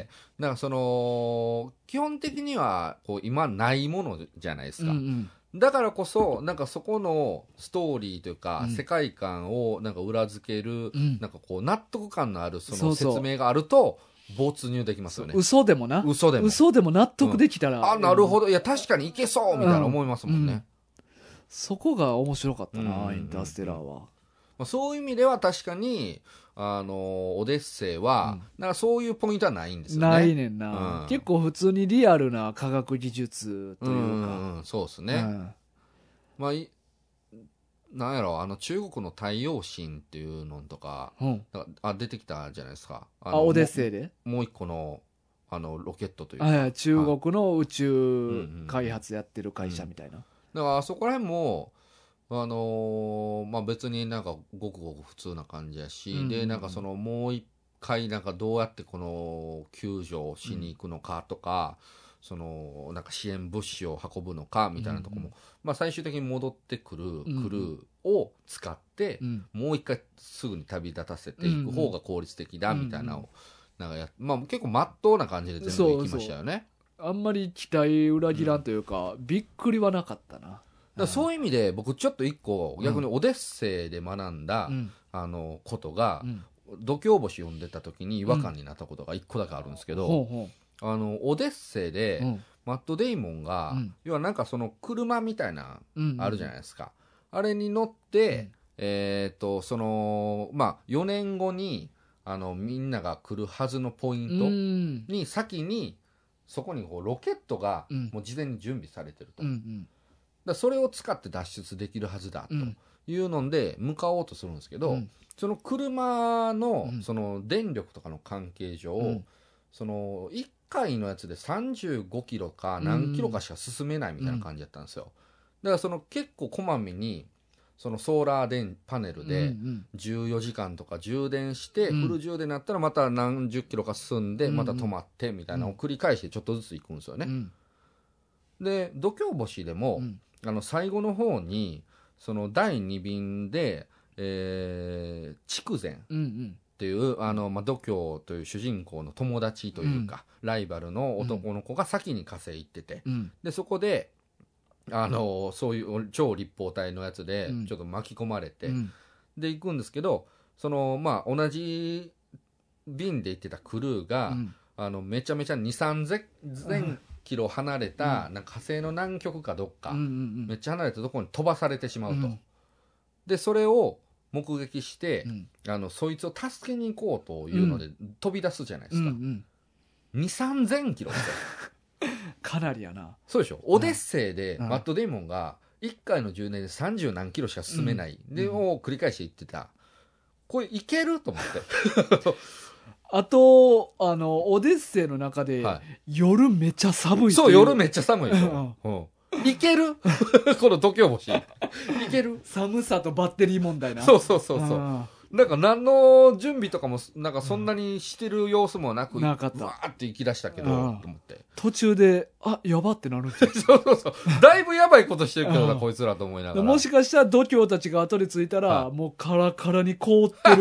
なんかその基本的にはこう今ないものじゃないですか。だからこそなんかそこのストーリーというか、世界観をなんか裏付ける、なんかこう納得感のあるその説明があると没入できますよね。 嘘でも納得できたら、 なるほど、いや確かにいけそうみたいな思いますもんね。 そこが面白かったな、インターステラーは。 そういう意味では確かにオデッセイは、なんかそういうポイントはないんですよね。 ないねんな、結構普通にリアルな科学技術というか、 そうですね。まあなんやろ、中国の太陽神っていうのとか、出てきたじゃないですか。 オデッセイでもう一個のロケットというか、 中国の宇宙開発やってる会社みたいな。 だからそこら辺もまあ別になんかごくごく普通な感じやし、でなんかそのもう一回なんかどうやってこの救助をしに行くのかとか、そのなんか支援物資を運ぶのかみたいなところも、まあ最終的に戻ってくるクルーを使って、もう一回すぐに旅立たせていく方が効率的だみたいなのをなんかまあ結構まっとうな感じで全部行きましたよね。 あんまり期待裏切らんというか、びっくりはなかったな。 だそういう意味で僕ちょっと一個逆にオデッセイで学んだ、ことが、度胸星読んでた時に違和感になったことが一個だけあるんですけど、オデッセイで、マット・デイモンが、要はなんかその車みたいなあるじゃないですか。 あれに乗って、その、まあ、4年後に、みんなが来るはずのポイントに、先に、そこにこうロケットがもう事前に準備されてると。だそれを使って脱出できるはずだというので向かおうとするんですけど、その車のその電力とかの関係上、その1回のやつで35キロか何キロかしか進めないみたいな感じだったんですよ。だからその結構こまめにそのソーラーパネルで14時間とか充電してフル充電になったらまた何十キロか進んでまた止まってみたいなのを繰り返してちょっとずつ行くんですよね。で度胸星でも最後の方にその第2便で筑前っていう度胸という主人公の友達というかライバルの男の子が先に火星行ってて、でそこでそういう超立方体のやつでちょっと巻き込まれて、で行くんですけど、そのまあ同じ便で行ってたクルーが、めちゃめちゃ2、3000キロ離れた、なんか火星の南極かどっか、めっちゃ離れたところに飛ばされてしまうと、でそれを目撃して、そいつを助けに行こうというので、飛び出すじゃないですか。2、3000キロですよかなりやな。 そうでしょ。オデッセイでマット・デイモンが1回の充電で30何キロしか進めない、でを繰り返していってた。これいけると思ってあとオデッセイの中で、夜めっちゃ寒い。 そう、夜めっちゃ寒いよ、いけるこの度胸星いける。 寒さとバッテリー問題な。 そうなんか何の準備とかもなんかそんなにしてる様子もなく、 なかった。 わーって行き出したけど、と思って途中でやばってなるんそうだいぶやばいことしてるけどなこいつらと思いながら、 もしかしたら度胸たちが後で着いたら、もうカラカラに凍ってる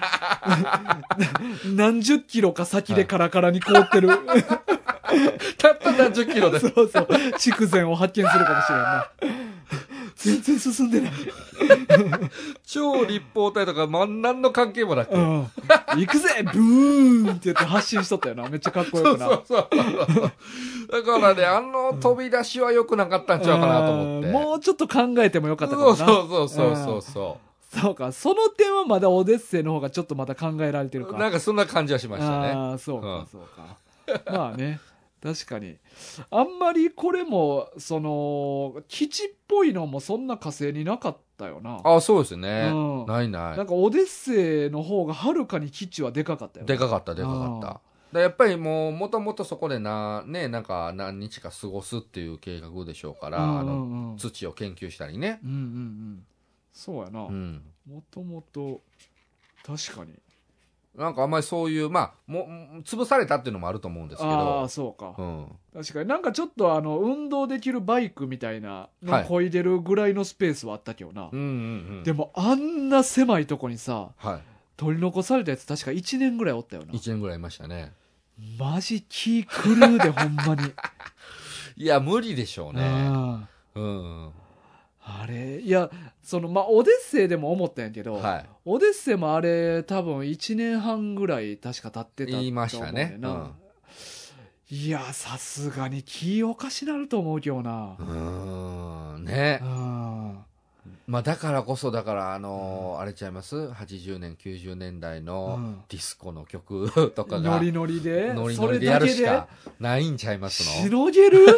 何十キロか先でカラカラに凍ってる、 たった何十キロでそう筑前を発見するかもしれんな全然進んでない超立方体とか何の関係もなく、 行くぜブーンって言って発信しとったよな。めっちゃかっこよくな。 そうだからね、飛び出しは良くなかったんちゃうかなと思って、 もうちょっと考えてもよかったかもな。そうか、その点はまだオデッセイの方がちょっとまた考えられてるか。 なんかそんな感じはしましたね。 そうかまあね、確かにあんまりこれもその基地っぽいのもそんな火星になかったよな。 そうですね、ないなんかオデッセイの方がはるかに基地はでかかったよ。 でかかったやっぱりもともとそこでなんか何日か過ごすっていう計画でしょうから、土を研究したりね、 そうやな、もともと確かになんかあんまりそういう潰されたっていうのもあると思うんですけど、 そうか、確かになんかちょっと運動できるバイクみたいなの漕いでるぐらいのスペースはあったけどな、でもあんな狭いとこにさ、取り残されたやつ確か1年ぐらいおったよな。 1年ぐらいいましたね。 マジ気狂うでほんまにいや無理でしょうね。 あれいやオデッセイでも思ったんやけど、オデッセイもあれ多分1年半ぐらい確か経ってたと思うねんな。言いましたね、いやさすがに気おかしなると思うけどな。 ね。だからこそあれちゃいます、80年90年代のディスコの曲とかがノリノリでやるしかないんちゃいますの。 しのげる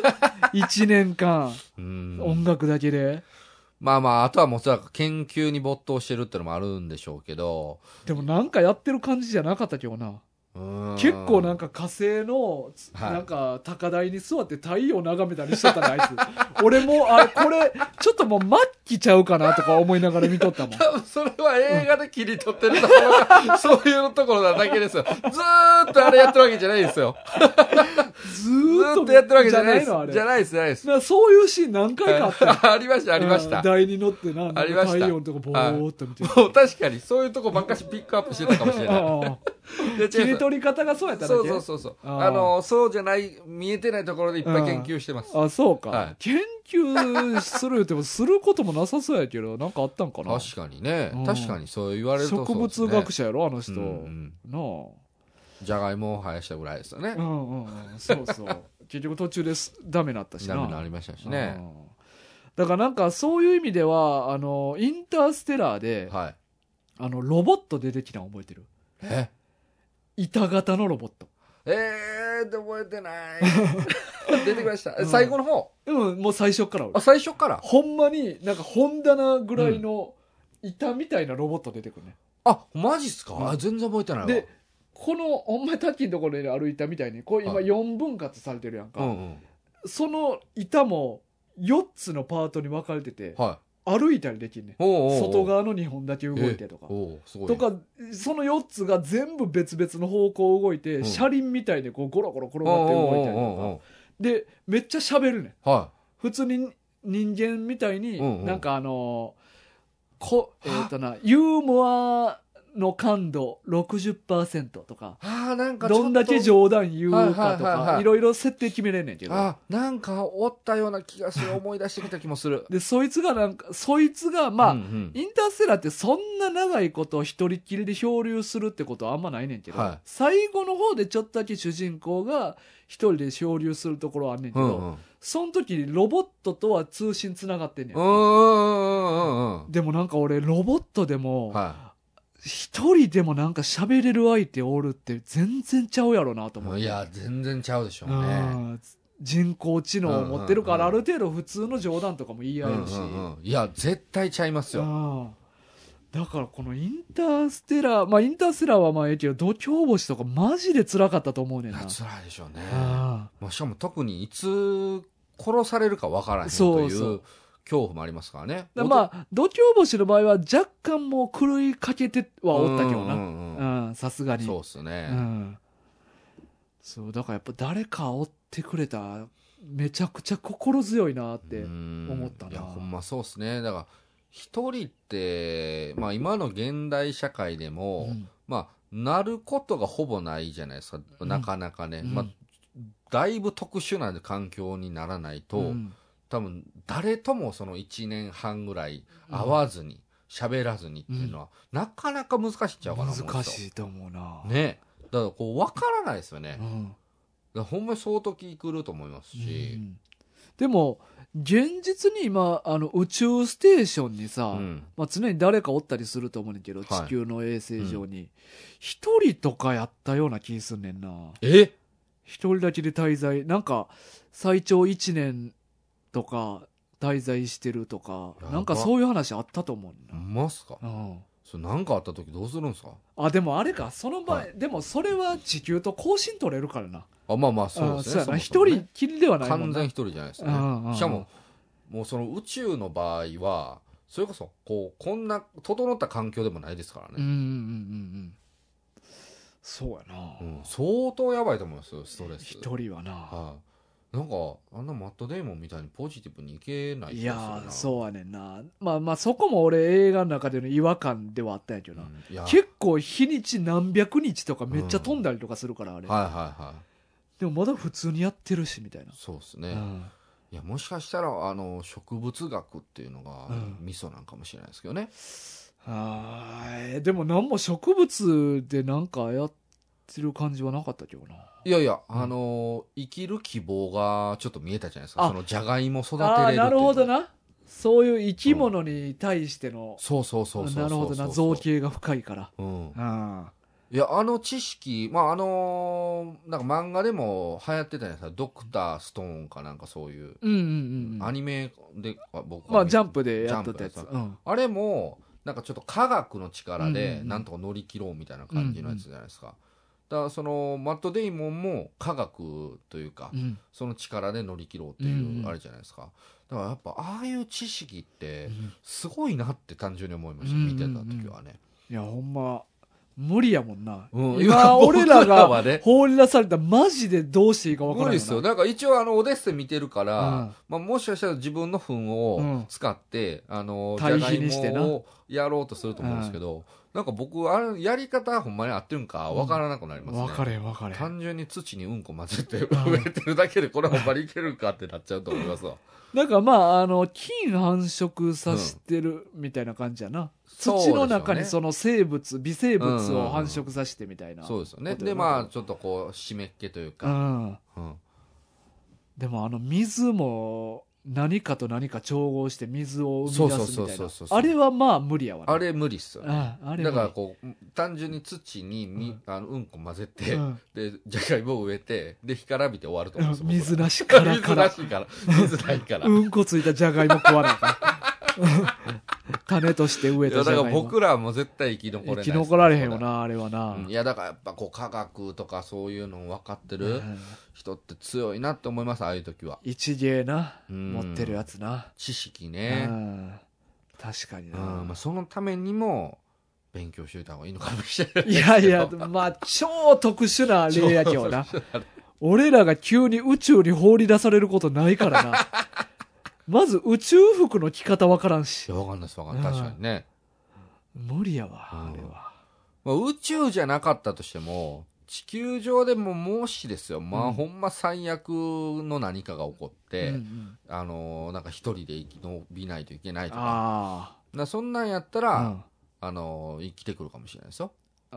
1年間音楽だけで。 あとはもうそれは研究に没頭してるってのもあるんでしょうけど、 でもなんかやってる感じじゃなかったけどな。結構なんか火星のなんか高台に座って太陽眺めたりしてたね、あいつ俺もこれちょっともう末期ちゃうかなとか思いながら見とったもん。 多分それは映画で切り取ってるところが、そういうところなだけですよ。ずーっとあれやってるわけじゃないですよ。ずーっとやってるわけじゃないです。じゃないです。 そういうシーン何回かあったよ。 ありました。 台に乗ってな、太陽のとこぼーっと見てる。 確かにそういうとこばっかしピックアップしてたかもしれない。 切り取り方がそうやっただけ。 そうそうじゃない見えてないところでいっぱい研究してます。 そうか、研究するってもすることもなさそうやけど、なんかあったんかな。 確かにね、確かにそう言われるとそうですね。植物学者やろあの人、なあ、 じゃがいもを生やしたぐらいですよね。 そう結局途中でダメになったしな。 ダメになりましたしね。 だからなんかそういう意味では、インターステラーで、 はい。 ロボット出てきたの覚えてる？板型のロボット。 覚えてない。出てきました。最後の方。 もう最初から。 最初から。 ほんまになんか本棚ぐらいの板みたいなロボット出てくるね。 マジっすか？全然覚えてないわ。 で、このほんまにタッキーのところに歩いたみたいに、こう今4分割されてるやんか。その板も4つのパートに分かれてて、歩いたりできるね。外側の2本だけ動いてとか。とか、その4つが全部別々の方向動いて、車輪みたいでこうゴロゴロ転がって動いたりとか。で、めっちゃ喋るね。普通に人間みたいに、なんかユーモアの感度 60% とか、 なんかどんだけ冗談言うかとか、いろいろ設定決めれんねんけど。 なんかおったような気がする。思い出してきた気もする。 で、そいつが、まあ、インターステラーってそんな長いことを一人っきりで漂流するってことはあんまないねんけど、最後の方でちょっとだけ主人公が一人で漂流するところはあんねんけど、その時にロボットとは通信つながってんねん。でもなんか俺、ロボットでも、一人でもなんか喋れる相手おるって全然ちゃうやろなと思って。 いや、全然ちゃうでしょうね。 人工知能を持ってるから、ある程度普通の冗談とかも言い合えるし。 いや、絶対ちゃいますよ。 だからこのインターステラー、インターステラーはまあええけど、度胸星とかマジで辛かったと思うねんな。 辛いでしょうね。しかも特にいつ殺されるかわからへんという恐怖もありますからね。 度胸星の場合は若干もう狂いかけてはおったけどな。さすがに。 そうっすね。 そう、だからやっぱ誰か追ってくれためちゃくちゃ心強いなって思ったな。 いや、ほんまそうっすね。だから一人って、今の現代社会でも、なることがほぼないじゃないですか。なかなかね。だいぶ特殊な環境にならないと、多分誰ともその1年半ぐらい会わずに喋らずにっていうのは、なかなか難しいっちゃうかな。 難しいと思うな。 ね。だからこう分からないですよね。だからほんまに相当気くると思いますし。 でも現実に今宇宙ステーションにさ、常に誰かおったりすると思うねんけど、地球の衛星上に一人とかやったような気すんねんな。一人だけで滞在、なんか最長1年とか滞在してるとか、なんかそういう話あったと思うねんな。 ますか？それ何かあった時どうするんですか？ でもあれか、その場合、でもそれは地球と交信取れるからな。 そうですね。 一人きりではないもんな。 完全一人じゃないですね。しかも、もうその宇宙の場合は、それこそ、こんな整った環境でもないですからね。 そうやな。 相当やばいと思いますよ、ストレス。 一人はな。 なんか、あんなマットデーモンみたいにポジティブにいけないいやそうやねんな。そこも俺映画の中での違和感ではあったんやけどな。結構日にち何百日とかめっちゃ飛んだりとかするからあれ。でもまだ普通にやってるしみたいな。 そうですね。いや、もしかしたら植物学っていうのがミソなんかもしれないですけどね。 でも何も植物でなんかやってる感じはなかったけどな。 いやいや、生きる希望がちょっと見えたじゃないですか。そのじゃがいも育てれるっていう。 なるほどな。そういう生き物に対しての。 そう。 なるほどな。造形が深いから。 いや、知識、なんか漫画でも流行ってたじゃないですか。ドクターストーンかなんかそういう。アニメで、僕は。 ジャンプでやっとったやつ。 あれも、なんかちょっと科学の力でなんとか乗り切ろうみたいな感じのやつじゃないですか。だからそのマット・デイモンも科学というか、その力で乗り切ろうっていうあれじゃないですか。だからやっぱああいう知識ってすごいなって単純に思いました、見てた時はね。 いやほんま無理やもんな。今俺らが放り出されたらマジでどうしていいか分からない。 無理ですよ。だから一応オデッセイ見てるから、もしかしたら自分の糞を使って、じゃがいもをやろうとすると思うんですけど、なんか僕やり方ほんまに合ってるんか分からなくなりますね。 分かれ。 単純に土にうんこ混ぜて植えてるだけでこれほんまにいけるかってなっちゃうと思いますわ。 なんか菌繁殖させてるみたいな感じやな。土の中にその微生物を繁殖させてみたいな。 そうですよね。で、ちょっとこう、湿っ気というか。 でも水も、 何かと何か調合して水を生み出すみたいな。 そう。 あれはまあ無理やわね。 あれ無理っすよね。 あれだからこう、単純に土にうんこ混ぜて、で、じゃがいもを植えて、で、干からびて終わると思うんですよ。 水なしから水なしから。水ないから。 うんこついたじゃがいも食わなか種として植えたじゃがいも。 だから僕らはもう絶対生き残れない。 生き残られへんよな、あれはな。 いや、だからやっぱこう科学とかそういうの分かってる人って強いなって思います、ああいう時は。 一芸な、持ってるやつな。 知識ね。 確かにな。 まあ、そのためにも勉強しておいた方がいいのかもしれない。 いやいや、まあ、超特殊な例やけどな。俺らが急に宇宙に放り出されることないからな。まず宇宙服の着方わからんし。 いや、わかんないです、わかんない。確かにね。 無理やわ、あれは。 まあ、宇宙じゃなかったとしても、地球上でももしですよ、まあ、ほんま最悪の何かが起こって、なんか一人で生き延びないといけないとか、そんなんやったら、生きてくるかもしれないですよ。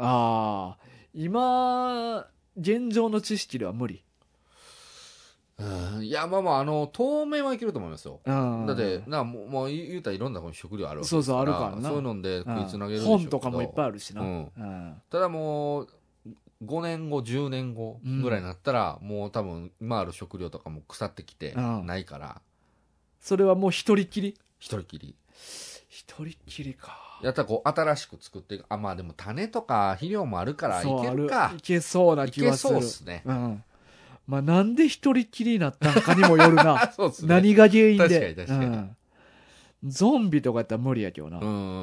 今、現状の知識では無理。 いや、まあ、当面はいけると思いますよ。だって、もう言うたらいろんな食料あるわけですから。 そう、あるからな。 そういうので食いつなげるでしょうけど。 本とかもいっぱいあるしな。 ただもう、5年後、10年後ぐらいになったら、もう多分、今ある食料とかも腐ってきてないから。 それはもう一人きり？ 一人きり。 一人きりか。 やったらこう、新しく作っていく。まあでも種とか肥料もあるからいけるか。 いけそうな気はする。 いけそうっすね。 まあ、なんで一人きりになったんかにもよるな。 そうっすね。 何が原因で。 確かに。 ゾンビとかやったら無理やけどな。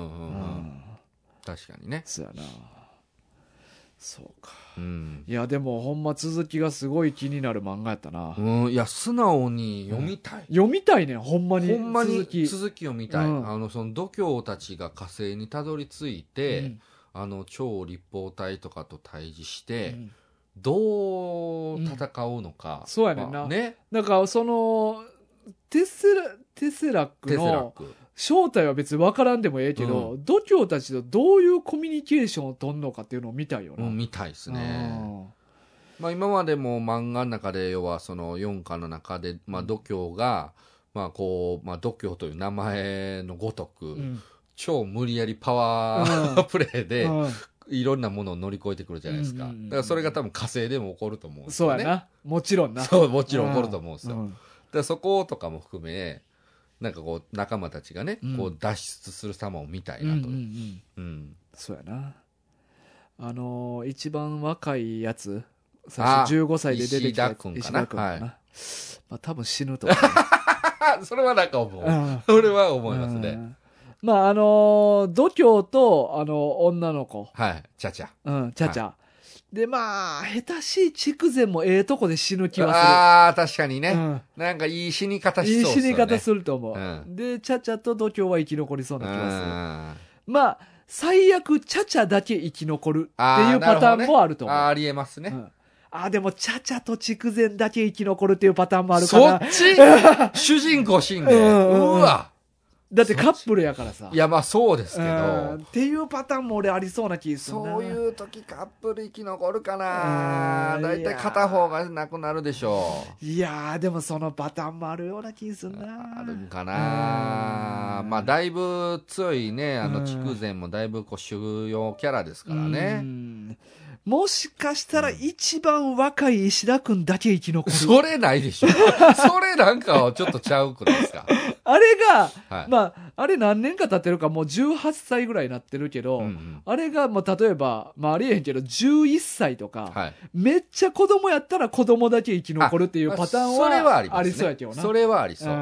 確かにね。 そうやな。そうか。 うん、 いやでもほんま続きがすごい気になる漫画やったな。 いや素直に読みたい、 読みたいねほんまに。 続き読みたい、その度胸たちが火星にたどり着いて、超立方体とかと対峙して、どう戦うのか、 そうやねんな、だからそのテスラックの正体は別に分からんでもええけど、度胸たちとどういうコミュニケーションを取るのかっていうのを見たいよな。 見たいですね。まあ、今までも漫画の中で要はその4巻の中で、度胸が、度胸という名前のごとく、超無理やりパワープレイで、いろんなものを乗り越えてくるじゃないですか。だからそれが多分火星でも起こると思うんですよね。 そうやな。もちろんな。 そう、もちろん起こると思うんですよ。だからそことかも含め、なんかこう仲間たちがね、こう脱出する様を見たいなと。 そうやな。一番若いやつ、最初15歳で出てきた石田君かな。 多分死ぬと思う。それはなんか思う。それは思いますね。 度胸と女の子。 チャチャ。 チャチャ。で、下手しい筑前もええとこで死ぬ気はする。確かにね。なんかいい死に方しそうですよね。 いい死に方すると思う。で、チャチャと度胸は生き残りそうな気がする。最悪、チャチャだけ生き残るっていうパターンもあると思う。 ありえますね。 でも、チャチャと筑前だけ生き残るっていうパターンもあるから。 そっち主人公死んで。うわだってカップルやからさ。 いや、そうですけど。 っていうパターンも俺ありそうな気するな。 そういう時カップル生き残るかな。だいたい片方がなくなるでしょう。いやー、でもそのパターンもあるような気するな。 あるんかな。だいぶ強いね、筑前もだいぶ主要キャラですからね。 もしかしたら一番若い石田くんだけ生き残る。 それないでしょ。それなんかはちょっとちゃうくないですか。 あれが、あれ何年か経ってるかもう18歳ぐらいになってるけど、あれがもう例えば、ありえへんけど11歳とか、めっちゃ子供やったら子供だけ生き残るっていうパターンはありそうやけどな。 それはありそう。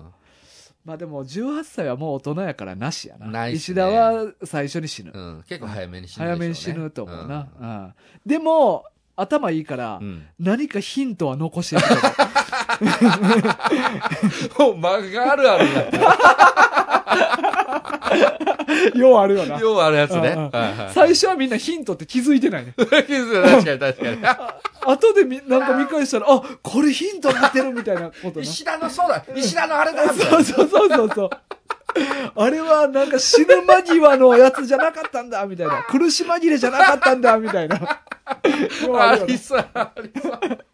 でも18歳はもう大人やからなしやな。石田は最初に死ぬ。 結構早めに死ぬ。 早めに死ぬと思うな。でも、頭いいから、何かヒントは残してると思う。もう漫画あるあるやつ。ようあるよな。 ようあるやつね。 最初はみんなヒントって気づいてないね。 気づいてない。確かに。 後でなんか見返したら、これヒントになってるみたいなことな。 石田のそうだ、石田のあれだ。 そう。あれはなんか死ぬ間際のやつじゃなかったんだ、みたいな。苦し紛れじゃなかったんだ、みたいな。 ありそう。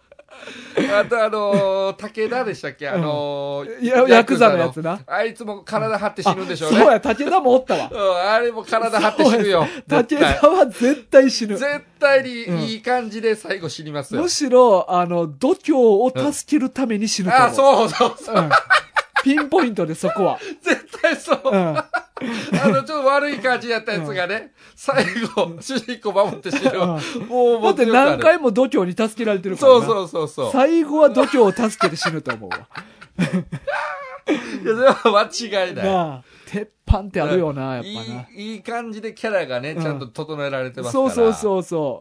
あと武田でしたっけヤクザのやつな。 あいつも体張って死ぬんでしょうね。 そうや、武田もおったわ。 あれも体張って死ぬよ。 武田は絶対死ぬ。 絶対にいい感じで最後死にますよ。 むしろ、度胸を助けるために死ぬと思う。 そうそうそう。 ピンポイントでそこは。 絶対そう。ちょっと悪い感じやったやつがね、最後、主人公守って死ぬ。もう、 だって何回も度胸に助けられてるからな。 そう。 最後は度胸を助けて死ぬと思うわ。 いや、それは間違いない。 なあ、鉄板ってあるよな、やっぱな。 いい感じでキャラがね、ちゃんと整えられてますから。 そう。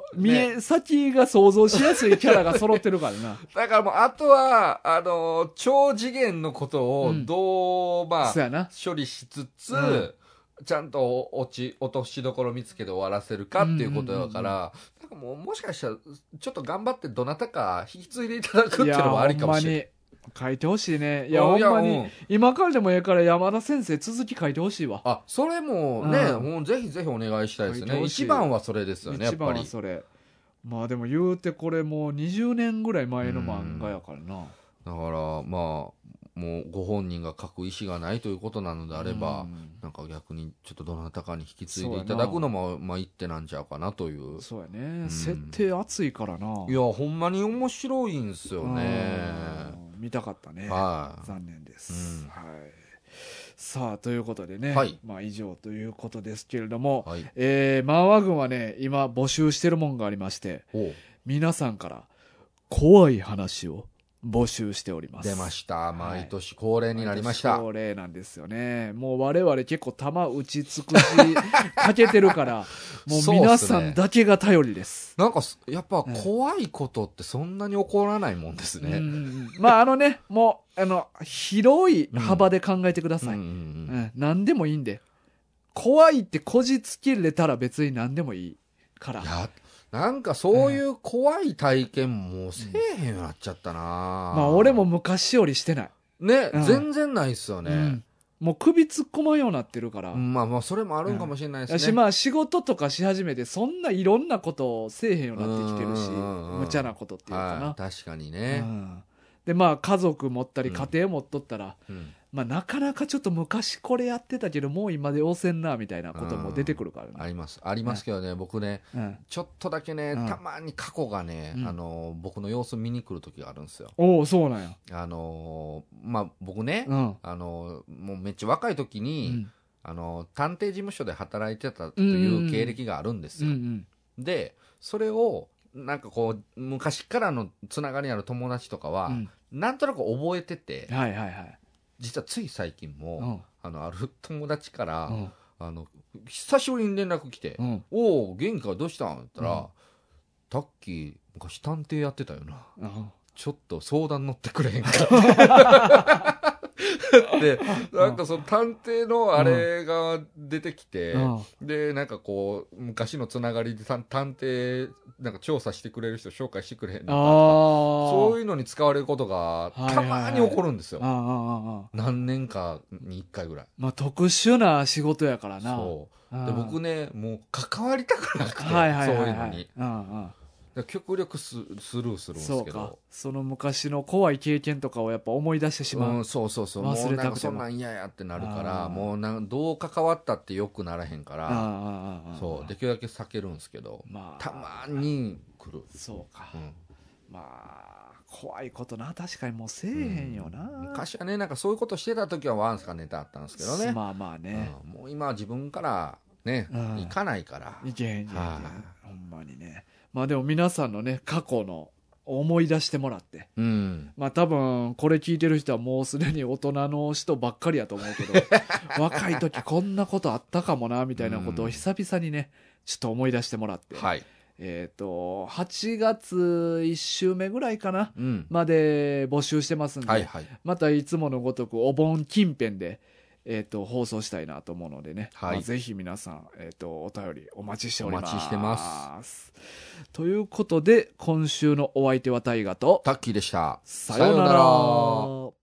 先が想像しやすいキャラが揃ってるからな。 だからもう、あとは、超次元のことをどう、処理しつつ、ちゃんと落としどころ見つけて終わらせるかっていうことだから、なんかもしかしたら、ちょっと頑張ってどなたか引き継いでいただくっていうのもありかもしれない。 書いてほしいね。いや、ほんまに、今からでもええから山田先生続き書いてほしいわ。 それもね、もうぜひぜひお願いしたいですね。一番はそれですよね、やっぱり。一番はそれ。まあでも言うてこれもう20年ぐらい前の漫画やからな。 だからまあもうご本人が書く意思がないということなのであれば、なんか逆にちょっとどなたかに引き継いでいただくのもまあ一手なんちゃうかなという。 そうやね、設定熱いからな。 いやほんまに面白いんすよね。 見たかったね。残念です。はい。さあということでね、まあ以上ということですけれども、漫画軍はね今募集してるもんがありまして、皆さんから怖い話を募集しております。 出ました。毎年恒例になりました。 恒例なんですよね。もう我々結構弾打ち尽くしかけてるから、もう皆さんだけが頼りです。 なんかやっぱ怖いことってそんなに起こらないもんですね。 まあもう広い幅で考えてください。何でもいいんで。怖いってこじつけれたら別に何でもいいから。 なんかそういう怖い体験もせえへんようになっちゃったな。 まあ俺も昔よりしてない。 ね、全然ないっすよね。 もう首突っ込まんようになってるから。 まあそれもあるんかもしれないですね。 まあ仕事とかし始めてそんないろんなことをせえへんようになってきてるし、無茶なことっていうかな。 確かにね。 でまあ家族持ったり家庭持っとったら、まあなかなかちょっと昔これやってたけどもう今で押せんなみたいなことも出てくるからね。 ありますけどね、僕ね、ちょっとだけね、たまに過去がね、僕の様子見に来る時があるんですよ。 おお、そうなんや。 まあ僕ね、もうめっちゃ若い時に、探偵事務所で働いてたという経歴があるんですよ。でそれをなんかこう昔からのつながりある友達とかは、なんとなく覚えてて、実はつい最近も、ある友達から、久しぶりに連絡来て「おお元気かどうしたん?」って言ったら「タッキー昔探偵やってたよな、ちょっと相談乗ってくれへんか」でなんかその探偵のあれが出てきて、でなんかこう昔のつながりで探偵なんか調査してくれる人紹介してくれへんのかそういうのに使われることがたまに起こるんですよ。何年かに1回ぐらい。 まあ特殊な仕事やからな。 そうで僕ねもう関わりたくなくて、そういうのに。極力スルーするんですけど、 その昔の怖い経験とかをやっぱ思い出してしまう。 そう忘れたくてももうなんかそんなん嫌やってなるからもうどう関わったってよくならへんからそうできるだけ避けるんですけど、たまに来る。 そうか、まあ怖いことな確かにもうせえへんよな。 昔はねなんかそういうことしてた時はワンスかネタあったんですけどね。 まあね、 もう今は自分からね行かないから。 いけへんほんまにね。まあでも皆さんのね過去の思い出してもらって、まあ多分これ聞いてる人はもうすでに大人の人ばっかりやと思うけど若い時こんなことあったかもなみたいなことを久々にねちょっと思い出してもらって、8月1週目ぐらいかな、まで募集してますんで、またいつものごとくお盆近辺で放送したいなと思うのでね、ぜひ皆さん、お便りお待ちしております。 お待ちしてます。 ということで今週のお相手は大河とタッキーでした。 さようなら。